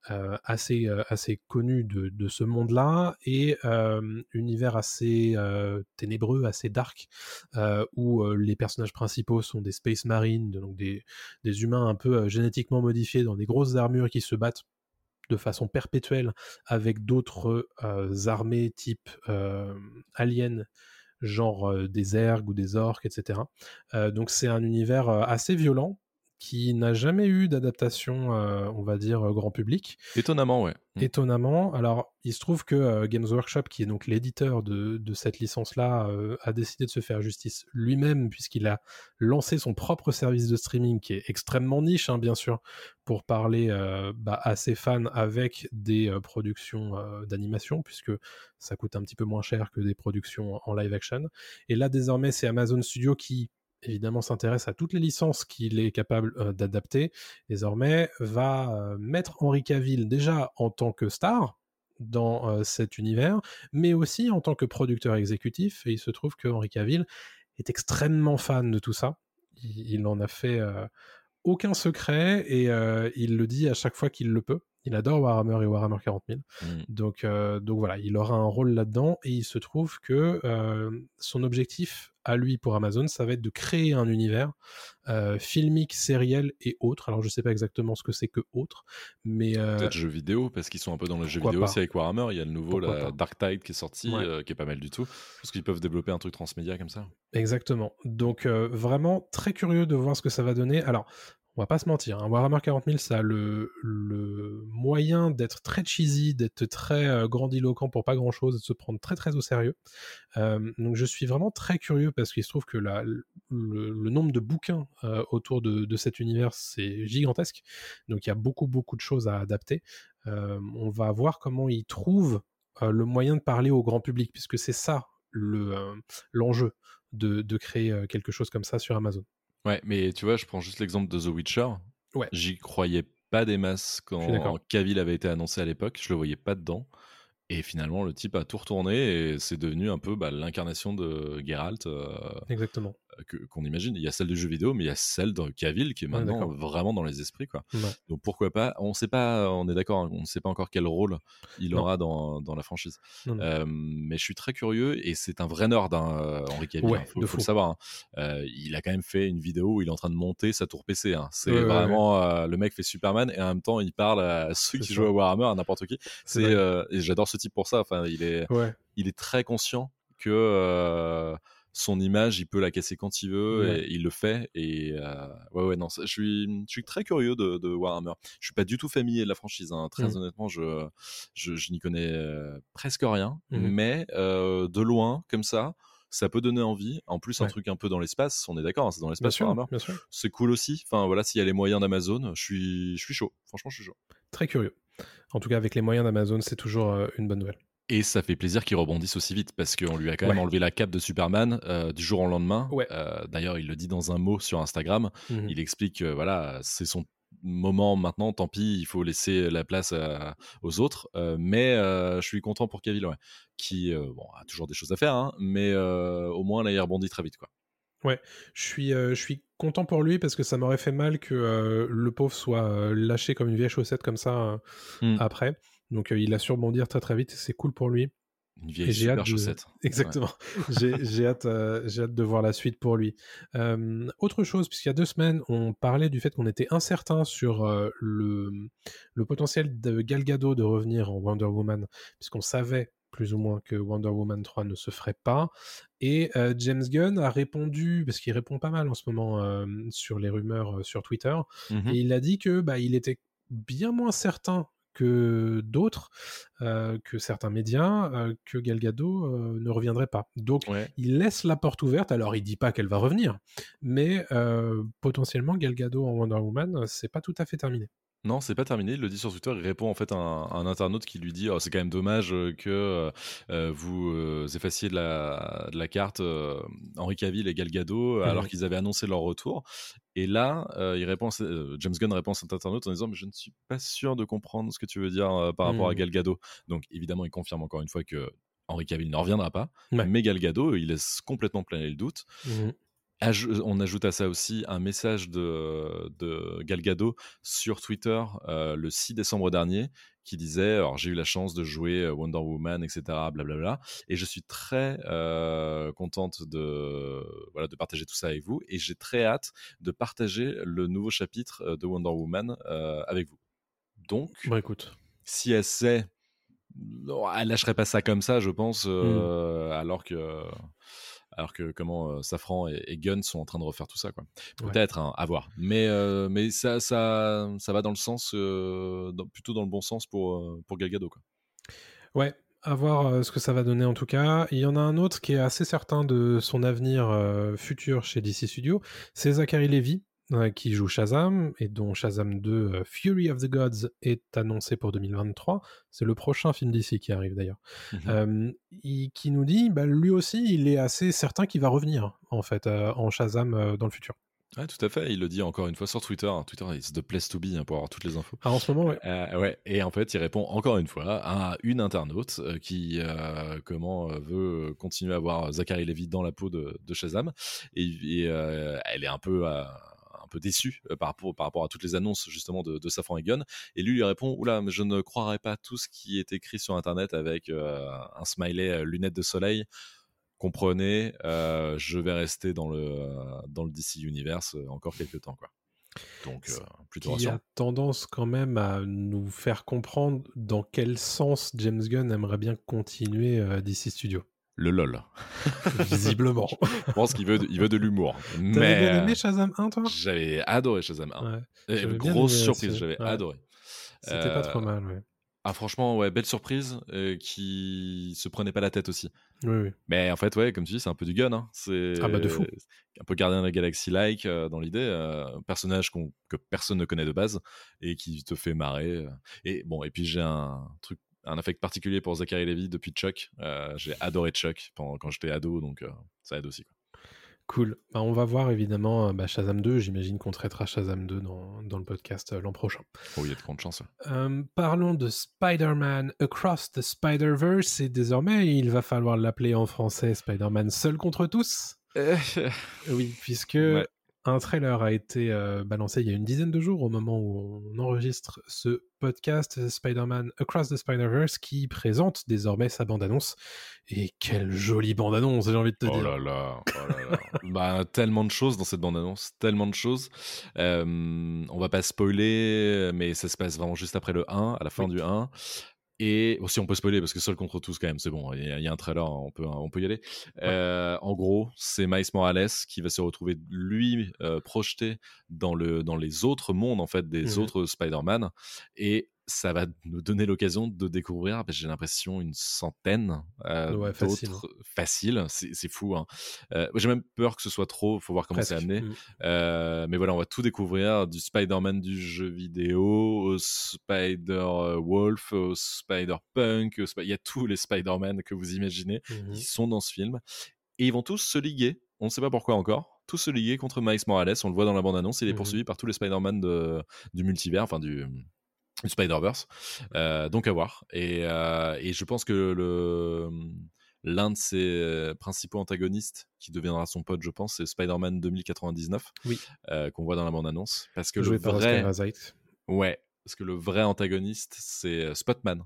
S5: assez connu de ce monde-là, et univers assez ténébreux, assez dark, où les personnages principaux sont des Space Marines, donc des humains un peu génétiquement modifiés dans des grosses armures qui se battent de façon perpétuelle avec d'autres armées type aliens, genre des ergs ou des orques, etc. Donc c'est un univers assez violent qui n'a jamais eu d'adaptation, on va dire, grand public.
S6: Étonnamment, ouais.
S5: Étonnamment. Alors, il se trouve que Games Workshop, qui est donc l'éditeur de cette licence-là, a décidé de se faire justice lui-même, puisqu'il a lancé son propre service de streaming, qui est extrêmement niche, bien sûr, pour parler à ses fans avec des productions d'animation, puisque ça coûte un petit peu moins cher que des productions en live action. Et là, désormais, c'est Amazon Studios qui évidemment s'intéresse à toutes les licences qu'il est capable d'adapter, désormais va mettre Henry Cavill déjà en tant que star dans cet univers, mais aussi en tant que producteur exécutif, et il se trouve que Henry Cavill est extrêmement fan de tout ça. Il en a fait aucun secret, et il le dit à chaque fois qu'il le peut. Il adore Warhammer et Warhammer 40 000. Donc voilà, il aura un rôle là-dedans, et il se trouve que son objectif à lui pour Amazon, ça va être de créer un univers filmique, sériel et autres. Alors je sais pas exactement ce que c'est que autre, mais
S6: peut-être jeux vidéo, parce qu'ils sont un peu dans le jeu vidéo aussi avec Warhammer. Il y a le nouveau Dark Tide qui est sorti, qui est pas mal du tout. Parce qu'ils peuvent développer un truc transmédia comme ça.
S5: Exactement. Donc vraiment très curieux de voir ce que ça va donner. Alors on va pas se mentir, Warhammer 40 000, ça a le moyen d'être très cheesy, d'être très grandiloquent pour pas grand-chose, de se prendre très très au sérieux. Donc je suis vraiment très curieux, parce qu'il se trouve que le nombre de bouquins autour de cet univers, c'est gigantesque. Donc il y a beaucoup de choses à adapter. On va voir comment ils trouvent le moyen de parler au grand public, puisque c'est ça l'enjeu de créer quelque chose comme ça sur Amazon.
S6: Ouais, mais tu vois, je prends juste l'exemple de The Witcher.
S5: Ouais.
S6: J'y croyais pas des masses quand Cavill avait été annoncé à l'époque. Je le voyais pas dedans. Et finalement, le type a tout retourné, et c'est devenu un peu l'incarnation de Geralt.
S5: Exactement.
S6: Qu'on imagine. Il y a celle de jeux vidéo, mais il y a celle de Cavill qui est maintenant vraiment dans les esprits, quoi.
S5: Ouais.
S6: Donc pourquoi pas. On sait pas, on est d'accord, on ne sait pas encore quel rôle il aura dans la franchise. Mais je suis très curieux, et c'est un vrai nerd, Henry Cavill. Faut le savoir. Il a quand même fait une vidéo où il est en train de monter sa tour PC. C'est vraiment le mec fait Superman, et en même temps il parle à ceux qui jouent à Warhammer, à n'importe qui. Et j'adore ce type pour ça. Enfin, il est très conscient que son image, il peut la casser quand il veut, et il le fait. Et non, je suis très curieux de Warhammer. Je suis pas du tout familier de la franchise, très honnêtement. Je n'y connais presque rien, mais de loin, comme ça peut donner envie. En plus, un truc un peu dans l'espace, on est d'accord, c'est dans l'espace Warhammer. C'est cool aussi. Enfin voilà, s'il y a les moyens d'Amazon, je suis chaud. Franchement, je suis chaud.
S5: Très curieux. En tout cas, avec les moyens d'Amazon, c'est toujours une bonne nouvelle.
S6: Et ça fait plaisir qu'il rebondisse aussi vite, parce qu'on lui a quand même enlevé la cape de Superman du jour au lendemain. D'ailleurs, il le dit dans un mot sur Instagram. Il explique que c'est son moment maintenant, tant pis, il faut laisser la place aux autres. Mais je suis content pour Cavill, qui a toujours des choses à faire, mais au moins là, il rebondit très vite, quoi.
S5: Ouais, je suis content pour lui, parce que ça m'aurait fait mal que le pauvre soit lâché comme une vieille chaussette comme ça après. Donc il a su rebondir très très vite, et c'est cool pour lui.
S6: Une vieille super chaussette.
S5: Exactement. J'ai hâte de voir la suite pour lui. Autre chose, puisqu'il y a 2 semaines, on parlait du fait qu'on était incertain sur le potentiel de Gal Gadot de revenir en Wonder Woman, puisqu'on savait plus ou moins que Wonder Woman 3 ne se ferait pas. Et James Gunn a répondu, parce qu'il répond pas mal en ce moment sur les rumeurs sur Twitter, et il a dit que il était bien moins certain que d'autres, que certains médias, que Gal Gadot ne reviendrait pas. Donc il laisse la porte ouverte. Alors il dit pas qu'elle va revenir, mais potentiellement Gal Gadot en Wonder Woman, c'est pas tout à fait terminé.
S6: Non, c'est pas terminé. Il le dit sur Twitter. Il répond en fait à un internaute qui lui dit: «Oh, c'est quand même dommage que vous effaciez de la carte Henry Cavill et Gal Gadot alors qu'ils avaient annoncé leur retour.» Et là, James Gunn répond à cet internaute en disant: «Mais je ne suis pas sûr de comprendre ce que tu veux dire par rapport à Gal Gadot.» Donc évidemment, il confirme encore une fois que Henry Cavill ne reviendra pas, mais Gal Gadot, il laisse complètement planer le doute. On ajoute à ça aussi un message de Gal Gadot sur Twitter le 6 décembre dernier qui disait: alors j'ai eu la chance de jouer Wonder Woman, etc., blablabla, et je suis très contente de partager tout ça avec vous, et j'ai très hâte de partager le nouveau chapitre de Wonder Woman avec vous. Donc,
S5: écoute,
S6: si elle sait, elle lâcherait pas ça comme ça, je pense, alors que Safran et Gunn sont en train de refaire tout ça, quoi. Peut-être, à voir. Mais ça va dans le sens, plutôt dans le bon sens pour Gal Gadot, quoi.
S5: Ouais, à voir ce que ça va donner en tout cas. Il y en a un autre qui est assez certain de son avenir futur chez DC Studios, c'est Zachary Levi, qui joue Shazam, et dont Shazam 2 Fury of the Gods est annoncé pour 2023. C'est le prochain film d'ici qui arrive d'ailleurs. Qui nous dit, lui aussi, il est assez certain qu'il va revenir en fait en Shazam dans le futur.
S6: Ouais, tout à fait. Il le dit encore une fois sur Twitter. Twitter, it's the place to be pour avoir toutes les infos.
S5: En ce moment, ouais.
S6: Ouais. Et en fait, il répond encore une fois à une internaute qui veut continuer à voir Zachary Levi dans la peau de Shazam. Et elle est un peu déçue par rapport à toutes les annonces justement de Safran et Gunn. Et lui répond: oula, mais je ne croirais pas tout ce qui est écrit sur Internet avec un smiley lunettes de soleil. Comprenez, je vais rester dans le DC Universe encore quelques temps, quoi. Donc plutôt rassurant.
S5: Il y a tendance quand même à nous faire comprendre dans quel sens James Gunn aimerait bien continuer DC Studios.
S6: Le LOL.
S5: Visiblement.
S6: Je pense qu'il veut de l'humour.
S5: T'avais bien aimé Shazam 1, toi?
S6: J'avais adoré Shazam 1.
S5: Ouais.
S6: Grosse surprise, j'avais adoré.
S5: C'était pas trop mal, ouais.
S6: Ah, franchement, ouais, belle surprise qui se prenait pas la tête aussi.
S5: Oui.
S6: Mais en fait, ouais, comme tu dis, c'est un peu du Gunn. Hein. C'est
S5: de fou.
S6: Un peu Gardien de la Galaxie-like dans l'idée. Personnage que personne ne connaît de base et qui te fait marrer. Et puis j'ai un affect particulier pour Zachary Levi depuis Chuck. J'ai adoré Chuck quand j'étais ado, donc ça aide aussi, quoi.
S5: Cool. On va voir évidemment Shazam 2. J'imagine qu'on traitera Shazam 2 dans le podcast l'an prochain.
S6: Oh, il y a de grandes chances.
S5: Parlons de Spider-Man Across the Spider-Verse, et désormais il va falloir l'appeler en français Spider-Man Seul contre tous. Oui, puisque un trailer a été balancé il y a une dizaine de jours au moment où on enregistre ce podcast, Spider-Man Across the Spider-Verse, qui présente désormais sa bande-annonce. Et quelle jolie bande-annonce, j'ai envie de te dire.
S6: Oh là là. Tellement de choses dans cette bande-annonce, tellement de choses. On va pas spoiler, mais ça se passe vraiment juste après le 1, à la fin du 1. Et aussi, on peut spoiler parce que Seul contre tous, quand même, c'est bon. Il y a un trailer, on peut y aller. En gros, c'est Miles Morales qui va se retrouver, lui, projeté dans les autres mondes, en fait, des autres Spider-Man. Et ça va nous donner l'occasion de découvrir, j'ai l'impression, une centaine d'autres. Facile. C'est fou. Hein. J'ai même peur que ce soit trop. Il faut voir comment c'est amené. Mais voilà, on va tout découvrir, du Spider-Man du jeu vidéo au Spider-Wolf, au Spider-Punk. Il y a tous les Spider-Man que vous imaginez. Ils sont dans ce film. Et ils vont tous se liguer. On ne sait pas pourquoi encore. Tous se liguer contre Miles Morales. On le voit dans la bande-annonce. Il est poursuivi par tous les Spider-Man du multivers, enfin du Spider-Verse. Donc à voir. Et je pense que l'un de ses principaux antagonistes, qui deviendra son pote, je pense, c'est Spider-Man 2099, qu'on voit dans la bande-annonce. Parce que
S5: joué par Oscar Isaac.
S6: Ouais, parce que le vrai antagoniste, c'est Spotman.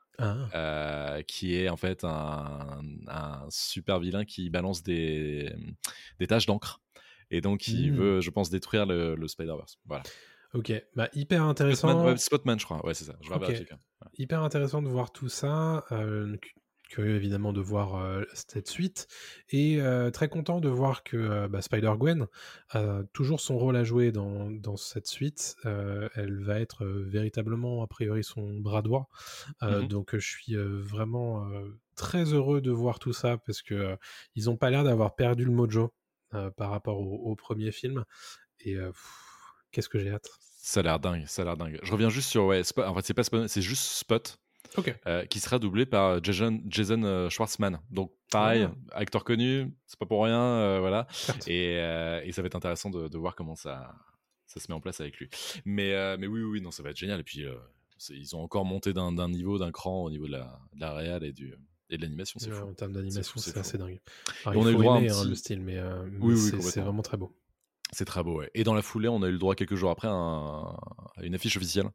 S6: Qui est en fait un super vilain qui balance des taches d'encre. Et donc, il veut, je pense, détruire le Spider-Verse. Voilà.
S5: Ok, hyper intéressant.
S6: Spotman, je crois. Ouais, c'est ça. Je vais vérifier quand même. Ouais.
S5: Hyper intéressant de voir tout ça. Curieux évidemment de voir cette suite. Et très content de voir que Spider-Gwen a toujours son rôle à jouer dans cette suite. Elle va être véritablement, a priori, son bras droit. Donc je suis vraiment très heureux de voir tout ça, parce que ils n'ont pas l'air d'avoir perdu le mojo par rapport au premier film. Et qu'est-ce que j'ai hâte.
S6: Ça a l'air dingue, ça a l'air dingue. Je reviens juste sur en fait c'est pas Spot, c'est juste Spot
S5: Ok.
S6: qui sera doublé par Jason Schwartzman. Donc pareil, acteur connu, c'est pas pour rien, voilà.
S5: Certes.
S6: Et ça va être intéressant de voir comment ça se met en place avec lui. Mais oui, non, ça va être génial. Et puis ils ont encore monté d'un niveau, d'un cran au niveau de la réal et de l'animation, c'est fou.
S5: En termes d'animation, c'est assez dingue.
S6: Et
S5: Alors,
S6: on a eu
S5: il
S6: le
S5: faut
S6: droit
S5: aimer
S6: à un petit...
S5: le style, mais
S6: oui,
S5: c'est
S6: complètement.
S5: vraiment très beau.
S6: C'est très beau, ouais. Et dans la foulée, on a eu le droit quelques jours après à une affiche officielle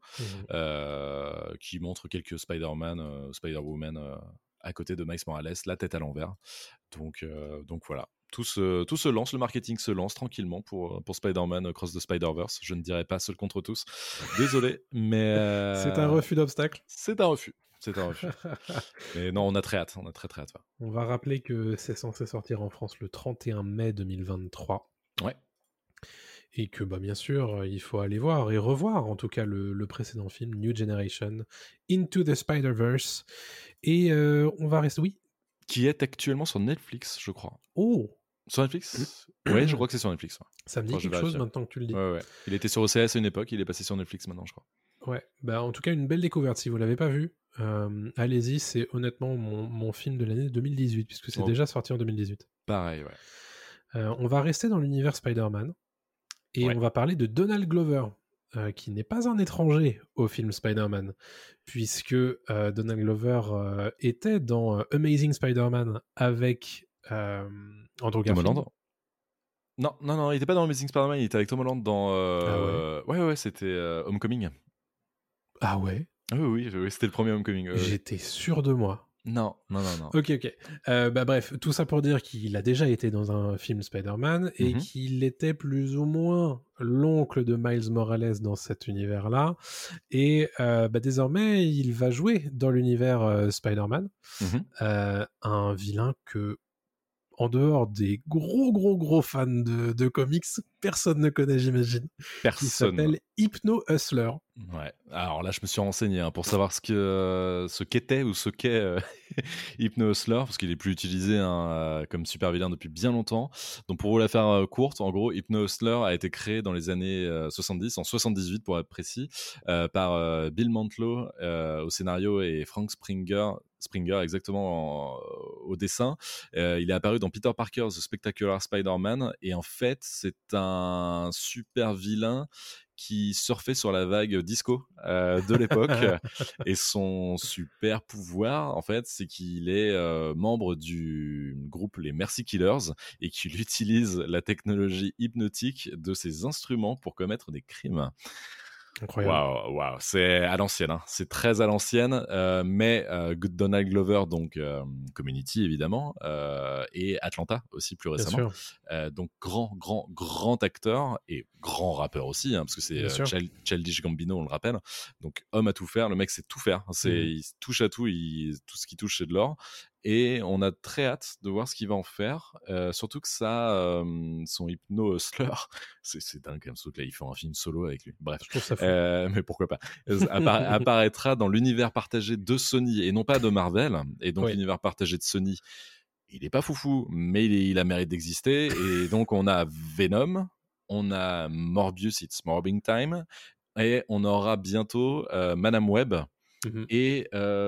S6: qui montre quelques Spider-Man, Spider-Woman à côté de Miles Morales, la tête à l'envers. Donc voilà. Tout se lance, le marketing se lance tranquillement pour Spider-Man Across the Spider-Verse. Je ne dirais pas seul contre tous. Désolé, mais...
S5: C'est un refus d'obstacle.
S6: C'est un refus. Mais non, on a très hâte. On a très hâte. Ouais.
S5: On va rappeler que c'est censé sortir en France le 31 mai 2023.
S6: Ouais.
S5: Et que, bien sûr, il faut aller voir et revoir, en tout cas, le précédent film, New Generation, Into the Spider-Verse. Et on va rester... Oui.
S6: Qui est actuellement sur Netflix, je crois.
S5: Oh.
S6: Sur Netflix. Oui, je crois que c'est sur Netflix. Ouais.
S5: Ça me dit quelque chose maintenant que tu le dis.
S6: Ouais. Il était sur OCS à une époque, il est passé sur Netflix maintenant, je crois.
S5: Ouais, en tout cas, une belle découverte. Si vous ne l'avez pas vu, allez-y, c'est honnêtement mon film de l'année 2018, puisque c'est déjà sorti en 2018.
S6: Pareil, ouais.
S5: On va rester dans l'univers Spider-Man, et on va parler de Donald Glover, qui n'est pas un étranger au film Spider-Man, puisque Donald Glover était dans Amazing Spider-Man avec Andrew Garfield.
S6: Non, il était pas dans Amazing Spider-Man, il était avec Tom Holland dans... Ouais, c'était Homecoming.
S5: Ah ouais?
S6: Oui, c'était le premier Homecoming.
S5: J'étais sûr de moi.
S6: Non.
S5: Ok. Bref, tout ça pour dire qu'il a déjà été dans un film Spider-Man et qu'il était plus ou moins l'oncle de Miles Morales dans cet univers-là. Et désormais, il va jouer dans l'univers Spider-Man. Un vilain que, en dehors des gros fans de comics, personne ne connaît, j'imagine.
S6: Personne.
S5: Qui s'appelle Hypno Hustler.
S6: Ouais. Alors là, je me suis renseigné pour savoir ce qu'était ou ce qu'est Hypno Hustler, parce qu'il est plus utilisé comme super vilain depuis bien longtemps. Donc pour vous la faire courte, en gros, Hypno Hustler a été créé dans les années 70, en 78 pour être précis, par Bill Mantlo au scénario et Frank Springer exactement au dessin. Il est apparu dans Peter Parker's The Spectacular Spider-Man et en fait c'est un super vilain qui surfait sur la vague disco de l'époque et son super pouvoir en fait c'est qu'il est membre du groupe les Mercy Killers et qu'il utilise la hypnotique de ses instruments pour commettre des crimes.
S5: Incroyable.
S6: Waouh, c'est à l'ancienne, hein. C'est très à l'ancienne, mais Donald Glover, donc Community évidemment, et Atlanta aussi plus récemment. Donc grand acteur et grand rappeur aussi, hein, parce que c'est Childish Gambino, on le rappelle. Donc homme à tout faire, le mec sait tout faire. Il touche à tout, tout ce qui touche c'est de l'or. Et on a très hâte de voir ce qu'il va en faire, surtout que ça, son Hypno Hustler, c'est dingue quand même, ce truc-là, il fait un film solo avec lui. Bref,
S5: je trouve ça fou.
S6: Mais pourquoi pas. Apparaîtra dans l'univers partagé de Sony et non pas de Marvel, et donc l'univers partagé de Sony, il est pas foufou, mais il a mérite d'exister, et donc on a Venom, on a Morbius, It's Morbing Time, et on aura bientôt Madame Web, et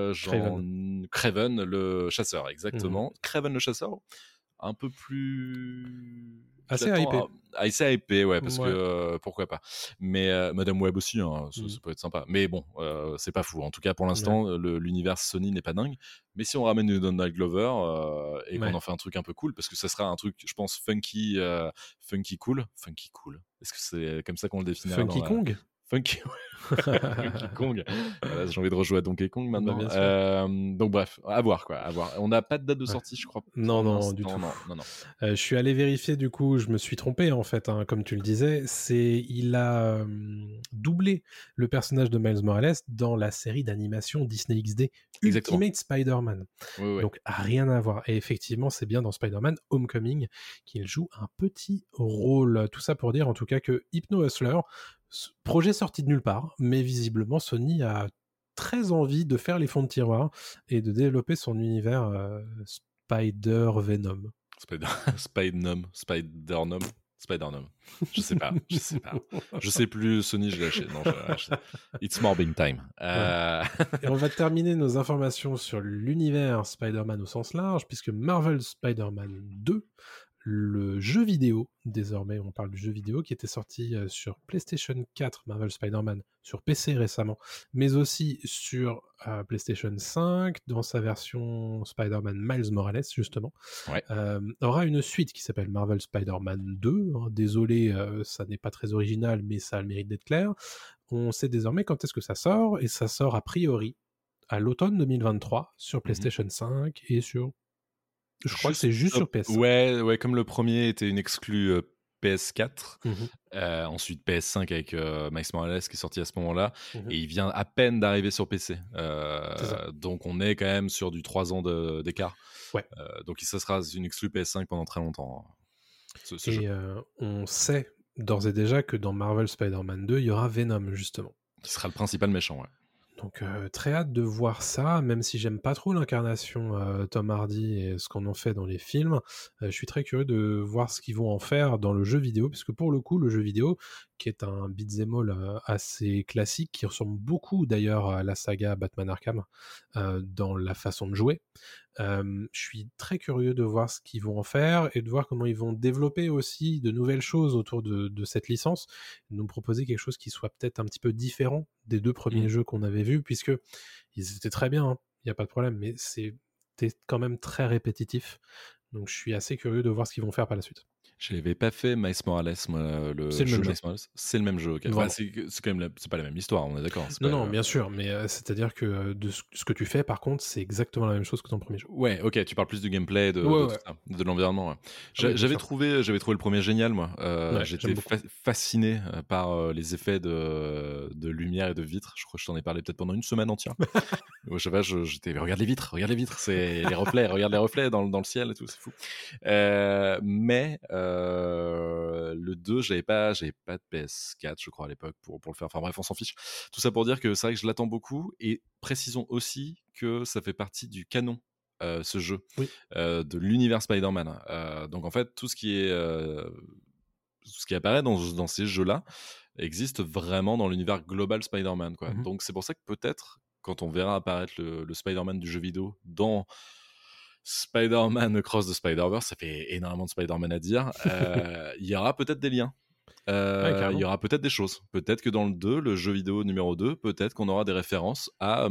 S6: Kraven le chasseur, exactement. Kraven le chasseur, un peu plus
S5: assez hypé.
S6: Assez hypé, ouais, parce que pourquoi pas. Mais Madame Web aussi, hein, ça peut être sympa. Mais bon, c'est pas fou. En tout cas, pour l'instant, l'univers Sony n'est pas dingue. Mais si on ramène Donald Glover et qu'on en fait un truc un peu cool, parce que ça sera un truc, je pense, funky cool. Est-ce que c'est comme ça qu'on le définirait?
S5: Funky Kong.
S6: Funky Kong. Voilà, j'ai envie de rejouer à Donkey Kong maintenant. Donc bref, à voir. On n'a pas de date de sortie, je crois.
S5: Non, du tout.
S6: Non.
S5: Je suis allé vérifier, du coup, je me suis trompé en fait, hein, comme tu le disais. Il a doublé le personnage de Miles Morales dans la série d'animation Disney XD Ultimate Spider-Man.
S6: Oui.
S5: Donc rien à voir. Et effectivement, c'est bien dans Spider-Man Homecoming qu'il joue un petit rôle. Tout ça pour dire en tout cas que Hypno Hustler, projet sorti de nulle part, mais visiblement Sony a très envie de faire les fonds de tiroir et de développer son univers Spider-Venom.
S6: Spider-Nom. Spider-Man. Je sais pas. Je sais plus, Sony, je l'ai acheté. Non, j'ai acheté. It's morbing time.
S5: Et on va terminer nos informations sur l'univers Spider-Man au sens large, puisque Marvel Spider-Man 2, le jeu vidéo, désormais on parle du jeu vidéo, qui était sorti sur PlayStation 4, Marvel Spider-Man, sur PC récemment, mais aussi sur PlayStation 5, dans sa version Spider-Man Miles Morales, justement,
S6: Ouais.
S5: aura une suite qui s'appelle Marvel Spider-Man 2. Désolé, ça n'est pas très original, mais ça a le mérite d'être clair. On sait désormais quand est-ce que ça sort, et ça sort a priori à l'automne 2023 sur PlayStation 5 et sur... Je crois que c'est juste sur PS5.
S6: Ouais, comme le premier était une exclue PS4,
S5: Mhm.
S6: ensuite PS5 avec Miles Morales qui est sorti à ce moment-là,
S5: Mhm.
S6: et il vient à peine d'arriver sur PC.
S5: C'est ça.
S6: Donc on est quand même sur du 3 ans d'écart.
S5: Ouais.
S6: Donc ça sera une exclue PS5 pendant très longtemps, ce jeu.
S5: Et on sait d'ores et déjà que dans Marvel Spider-Man 2, il y aura Venom, justement.
S6: Qui sera le principal méchant, ouais.
S5: Donc très hâte de voir ça, même si j'aime pas trop l'incarnation Tom Hardy et ce qu'on en fait dans les films. Je suis très curieux de voir ce qu'ils vont en faire dans le jeu vidéo, puisque pour le coup, le jeu vidéo, qui est un beat'em all assez classique, qui ressemble beaucoup d'ailleurs à la saga Batman Arkham dans la façon de jouer. Je suis très curieux de voir ce qu'ils vont en faire et de voir comment ils vont développer aussi de nouvelles choses autour de cette licence, nous proposer quelque chose qui soit peut-être un petit peu différent des deux premiers jeux qu'on avait vus, puisque ils étaient très bien, il n'y a pas de problème, mais c'était quand même très répétitif. Donc je suis assez curieux de voir ce qu'ils vont faire par la suite.
S6: Je l'avais pas fait, Miles Morales, moi, le
S5: C'est le
S6: jeu
S5: même jeu.
S6: Miles Morales. C'est le même jeu, ok.
S5: Vraiment.
S6: Enfin, c'est quand même c'est pas la même histoire, on est d'accord. c'est
S5: Non,
S6: pas-
S5: non, bien sûr, mais c'est-à-dire que de ce que tu fais, par contre, c'est exactement la même chose que ton premier jeu.
S6: Ouais, ok, tu parles plus du gameplay, de
S5: Ouais,
S6: tout
S5: ouais.
S6: ça, de l'environnement. Ouais.
S5: Ah oui, bien
S6: J'avais
S5: sûr.
S6: trouvé le premier génial, moi.
S5: Ouais,
S6: J'étais
S5: j'aime beaucoup.
S6: fasciné par les effets de lumière et de vitres. Je crois que je t'en ai parlé peut-être pendant une semaine entière. Ouais, je sais pas, j'étais, mais regarde les vitres, c'est les reflets, regarde les reflets dans le ciel et tout, c'est fou. Mais le 2, j'avais pas de PS4, je crois, à l'époque, pour le faire. Enfin bref, on s'en fiche. Tout ça pour dire que c'est vrai que je l'attends beaucoup, et précisons aussi que ça fait partie du canon, ce jeu,
S5: Oui.
S6: de l'univers Spider-Man. Donc en fait, tout ce qui apparaît dans ces jeux-là existe vraiment dans l'univers global Spider-Man, quoi.
S5: Mhm.
S6: Donc c'est pour ça que peut-être, quand on verra apparaître le Spider-Man du jeu vidéo dans Spider-Man Across the Spider-Verse, ça fait énormément de Spider-Man à dire, il y aura peut-être des liens. Il y aura peut-être des choses. Peut-être que dans le 2, le jeu vidéo numéro 2, peut-être qu'on aura des références au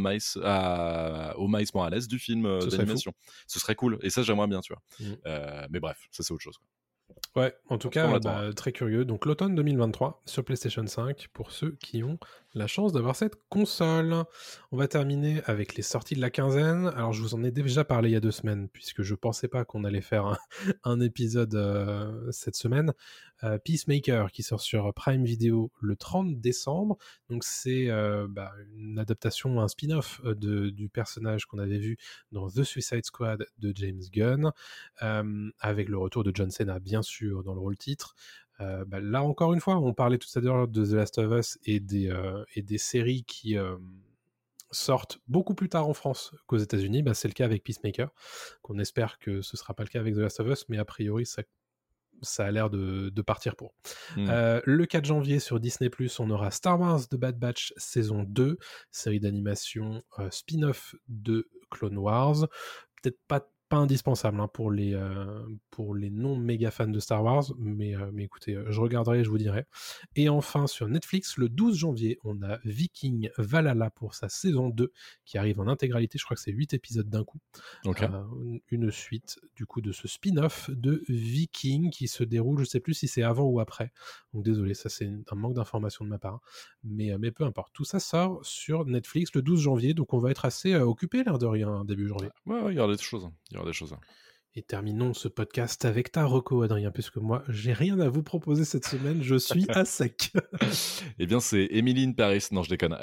S6: Miles Morales du film
S5: Ce serait
S6: d'animation. Ce serait cool. Et ça, j'aimerais bien, tu vois. Mais bref, ça, c'est autre chose, quoi.
S5: Ouais, en tout
S6: On
S5: cas,
S6: l'attend,
S5: très curieux. Donc l'automne 2023 sur PlayStation 5 pour ceux qui ont la chance d'avoir cette console. On va terminer avec les sorties de la quinzaine. Alors je vous en ai déjà parlé il y a 2 semaines, puisque je pensais pas qu'on allait faire un épisode cette semaine. Peacemaker qui sort sur Prime Video le 30 décembre. Donc c'est une adaptation, un spin-off du personnage qu'on avait vu dans The Suicide Squad de James Gunn, avec le retour de John Cena bien sûr dans le rôle titre. Là encore une fois, on parlait tout à l'heure de The Last of Us et des séries qui sortent beaucoup plus tard en France qu'aux États-Unis. C'est le cas avec Peacemaker, qu'on espère que ce sera pas le cas avec The Last of Us, mais a priori ça a l'air de partir pour. Le 4 janvier sur Disney+, on aura Star Wars The Bad Batch saison 2, série d'animation spin-off de Clone Wars. Peut-être pas indispensable pour les non méga fans de Star Wars, mais écoutez, je regarderai et je vous dirai. Et enfin sur Netflix, le 12 janvier, on a Viking Valhalla pour sa saison 2 qui arrive en intégralité, je crois que c'est 8 épisodes d'un coup.
S6: Okay.
S5: Une suite du coup de ce spin-off de Viking qui se déroule, je sais plus si c'est avant ou après, donc désolé, ça c'est un manque d'information de ma part, mais peu importe, tout ça sort sur Netflix le 12 janvier, donc on va être assez occupé l'air de rien début janvier.
S6: Ouais, il y aura des choses.
S5: Et terminons ce podcast avec ta reco, Adrien, puisque moi, j'ai rien à vous proposer cette semaine, je suis à sec.
S6: Eh bien, c'est Emily in Paris. Non, je déconne.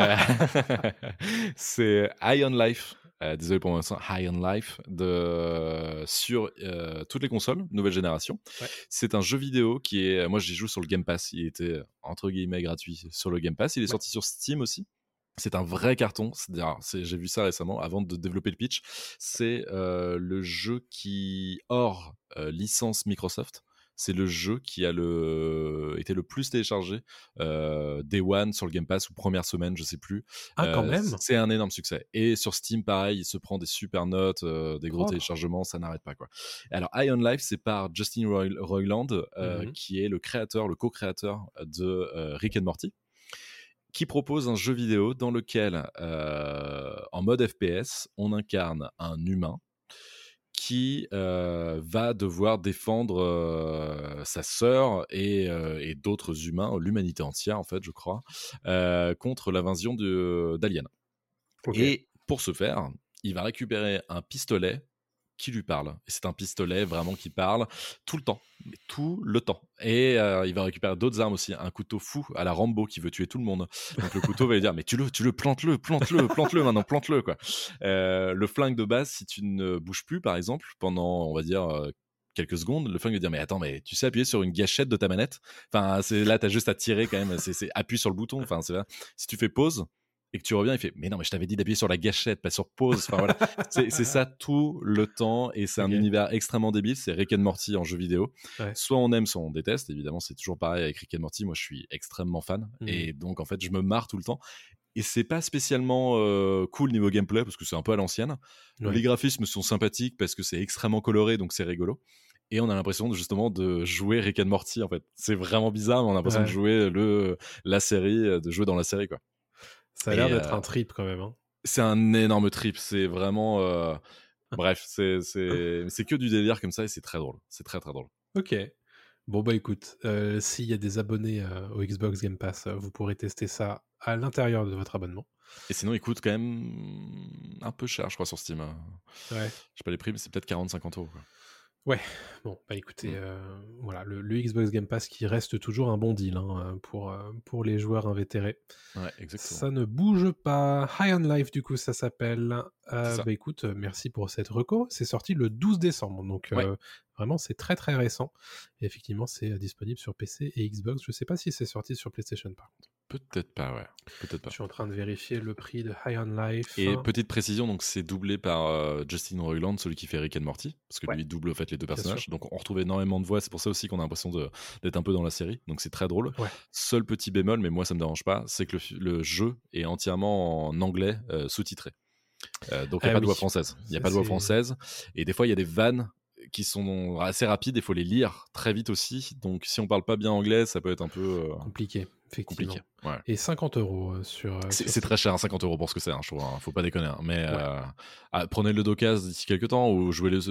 S6: C'est High on Life. Désolé pour mon accent. High on Life sur toutes les consoles, nouvelle génération. Ouais. C'est un jeu vidéo qui est... Moi, j'y joue sur le Game Pass. Il était, entre guillemets, gratuit sur le Game Pass. Il est sorti sur Steam aussi. C'est un vrai carton, j'ai vu ça récemment avant de développer le pitch. C'est le jeu qui, hors licence Microsoft, c'est le jeu qui a été le plus téléchargé Day One sur le Game Pass ou première semaine, je sais plus.
S5: Ah, quand même.
S6: C'est un énorme succès. Et sur Steam, pareil, il se prend des super notes, des gros
S5: Propre.
S6: téléchargements, ça n'arrête pas, quoi. Alors, High on Life, c'est par Justin Roiland, qui est le co-créateur de Rick and Morty, qui propose un jeu vidéo dans lequel, en mode FPS, on incarne un humain qui va devoir défendre sa sœur et d'autres humains, l'humanité entière en fait, je crois, contre l'invasion d'aliens.
S5: Ok.
S6: Et pour ce faire, il va récupérer un pistolet qui lui parle. Et c'est un pistolet vraiment qui parle tout le temps. Mais tout le temps. Et il va récupérer d'autres armes aussi. Un couteau fou à la Rambo qui veut tuer tout le monde. Donc le couteau va lui dire, mais tu le, plante-le maintenant, plante-le, quoi. Le flingue de base, si tu ne bouges plus, par exemple, pendant, on va dire, quelques secondes, le flingue va dire, mais attends, mais tu sais appuyer sur une gâchette de ta manette? Enfin, là, t'as juste à tirer quand même. C'est appuie sur le bouton. Enfin, c'est là. Si tu fais pause, et que tu reviens, il fait mais non, mais je t'avais dit d'appuyer sur la gâchette, pas sur pause. Enfin voilà, c'est ça tout le temps, et c'est un univers extrêmement débile. C'est Rick and Morty en jeu vidéo. Ouais. Soit on aime, soit on déteste. Évidemment, c'est toujours pareil avec Rick and Morty. Moi, je suis extrêmement fan, et donc en fait, je me marre tout le temps. Et c'est pas spécialement cool niveau gameplay parce que c'est un peu à l'ancienne. Ouais. Les graphismes sont sympathiques parce que c'est extrêmement coloré, donc c'est rigolo. Et on a l'impression justement de jouer Rick and Morty en fait. C'est vraiment bizarre, mais on a l'impression de jouer la série, de jouer dans la série, quoi.
S5: Ça a l'air d'être un trip quand même. Hein.
S6: C'est un énorme trip. C'est vraiment. Bref, c'est que du délire comme ça, et c'est très drôle. C'est très très drôle.
S5: Ok. Bon, bah écoute, s'il y a des abonnés au Xbox Game Pass, vous pourrez tester ça à l'intérieur de votre abonnement.
S6: Et sinon, il coûte quand même un peu cher, je crois, sur Steam. Ouais. Je sais pas les prix, mais c'est peut-être 40-50 €. Quoi.
S5: Ouais, bon, bah écoutez, voilà, le Xbox Game Pass qui reste toujours un bon deal hein, pour les joueurs invétérés.
S6: Ouais, exactement.
S5: Ça ne bouge pas. High on Life, du coup, ça s'appelle. Bah écoute, merci pour cette reco. C'est sorti le 12 décembre, donc vraiment, c'est très très récent. Et effectivement, c'est disponible sur PC et Xbox. Je sais pas si c'est sorti sur PlayStation, par contre.
S6: Peut-être pas, ouais. Peut-être pas.
S5: Je suis en train de vérifier le prix de High on Life.
S6: Et petite précision, donc c'est doublé par Justin Roiland, celui qui fait Rick and Morty, parce que lui double en fait les deux personnages. Donc on retrouve énormément de voix. C'est pour ça aussi qu'on a l'impression d'être un peu dans la série. Donc c'est très drôle. Ouais. Seul petit bémol, mais moi ça me dérange pas, c'est que le jeu est entièrement en anglais sous-titré. Donc il n'y a pas de voix française. Il n'y a pas de voix française. Et des fois il y a des vannes qui sont assez rapides, il faut les lire très vite aussi. Donc si on parle pas bien anglais, ça peut être un peu
S5: compliqué. Effectivement.
S6: Compliqué, ouais.
S5: Et 50 € sur.
S6: C'est très cher, 50 € pour ce que c'est, hein, je trouve. Hein, faut pas déconner. Hein, mais prenez le d'occasion d'ici quelques temps ou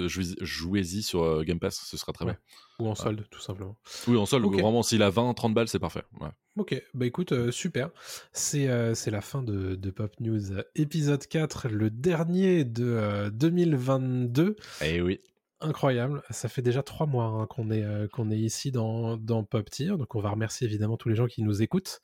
S6: jouez-y sur Game Pass, ce sera très bien.
S5: Ou en solde, tout simplement.
S6: Oui, en solde, vraiment, s'il a 20-30 balles, c'est parfait. Ouais.
S5: Ok, bah écoute, super. C'est la fin de Pop News épisode 4, le dernier de 2022.
S6: Eh oui.
S5: Incroyable, ça fait déjà 3 mois hein, qu'on est ici dans Pop Tier, donc on va remercier évidemment tous les gens qui nous écoutent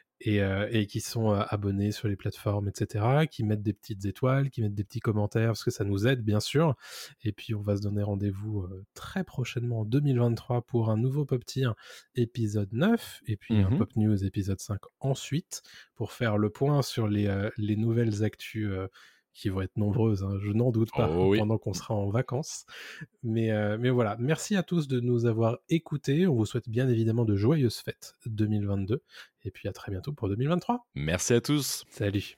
S5: et qui sont abonnés sur les plateformes, etc., qui mettent des petites étoiles, qui mettent des petits commentaires, parce que ça nous aide bien sûr, et puis on va se donner rendez-vous très prochainement en 2023 pour un nouveau Pop Tier épisode 9, et puis un Pop News épisode 5 ensuite, pour faire le point sur les nouvelles actus qui vont être nombreuses, hein, je n'en doute pas, pendant qu'on sera en vacances. Mais voilà, merci à tous de nous avoir écoutés. On vous souhaite bien évidemment de joyeuses fêtes 2022. Et puis à très bientôt pour 2023.
S6: Merci à tous.
S5: Salut.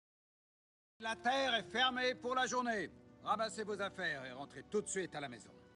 S7: La terre est fermée pour la journée. Ramassez vos affaires et rentrez tout de suite à la maison.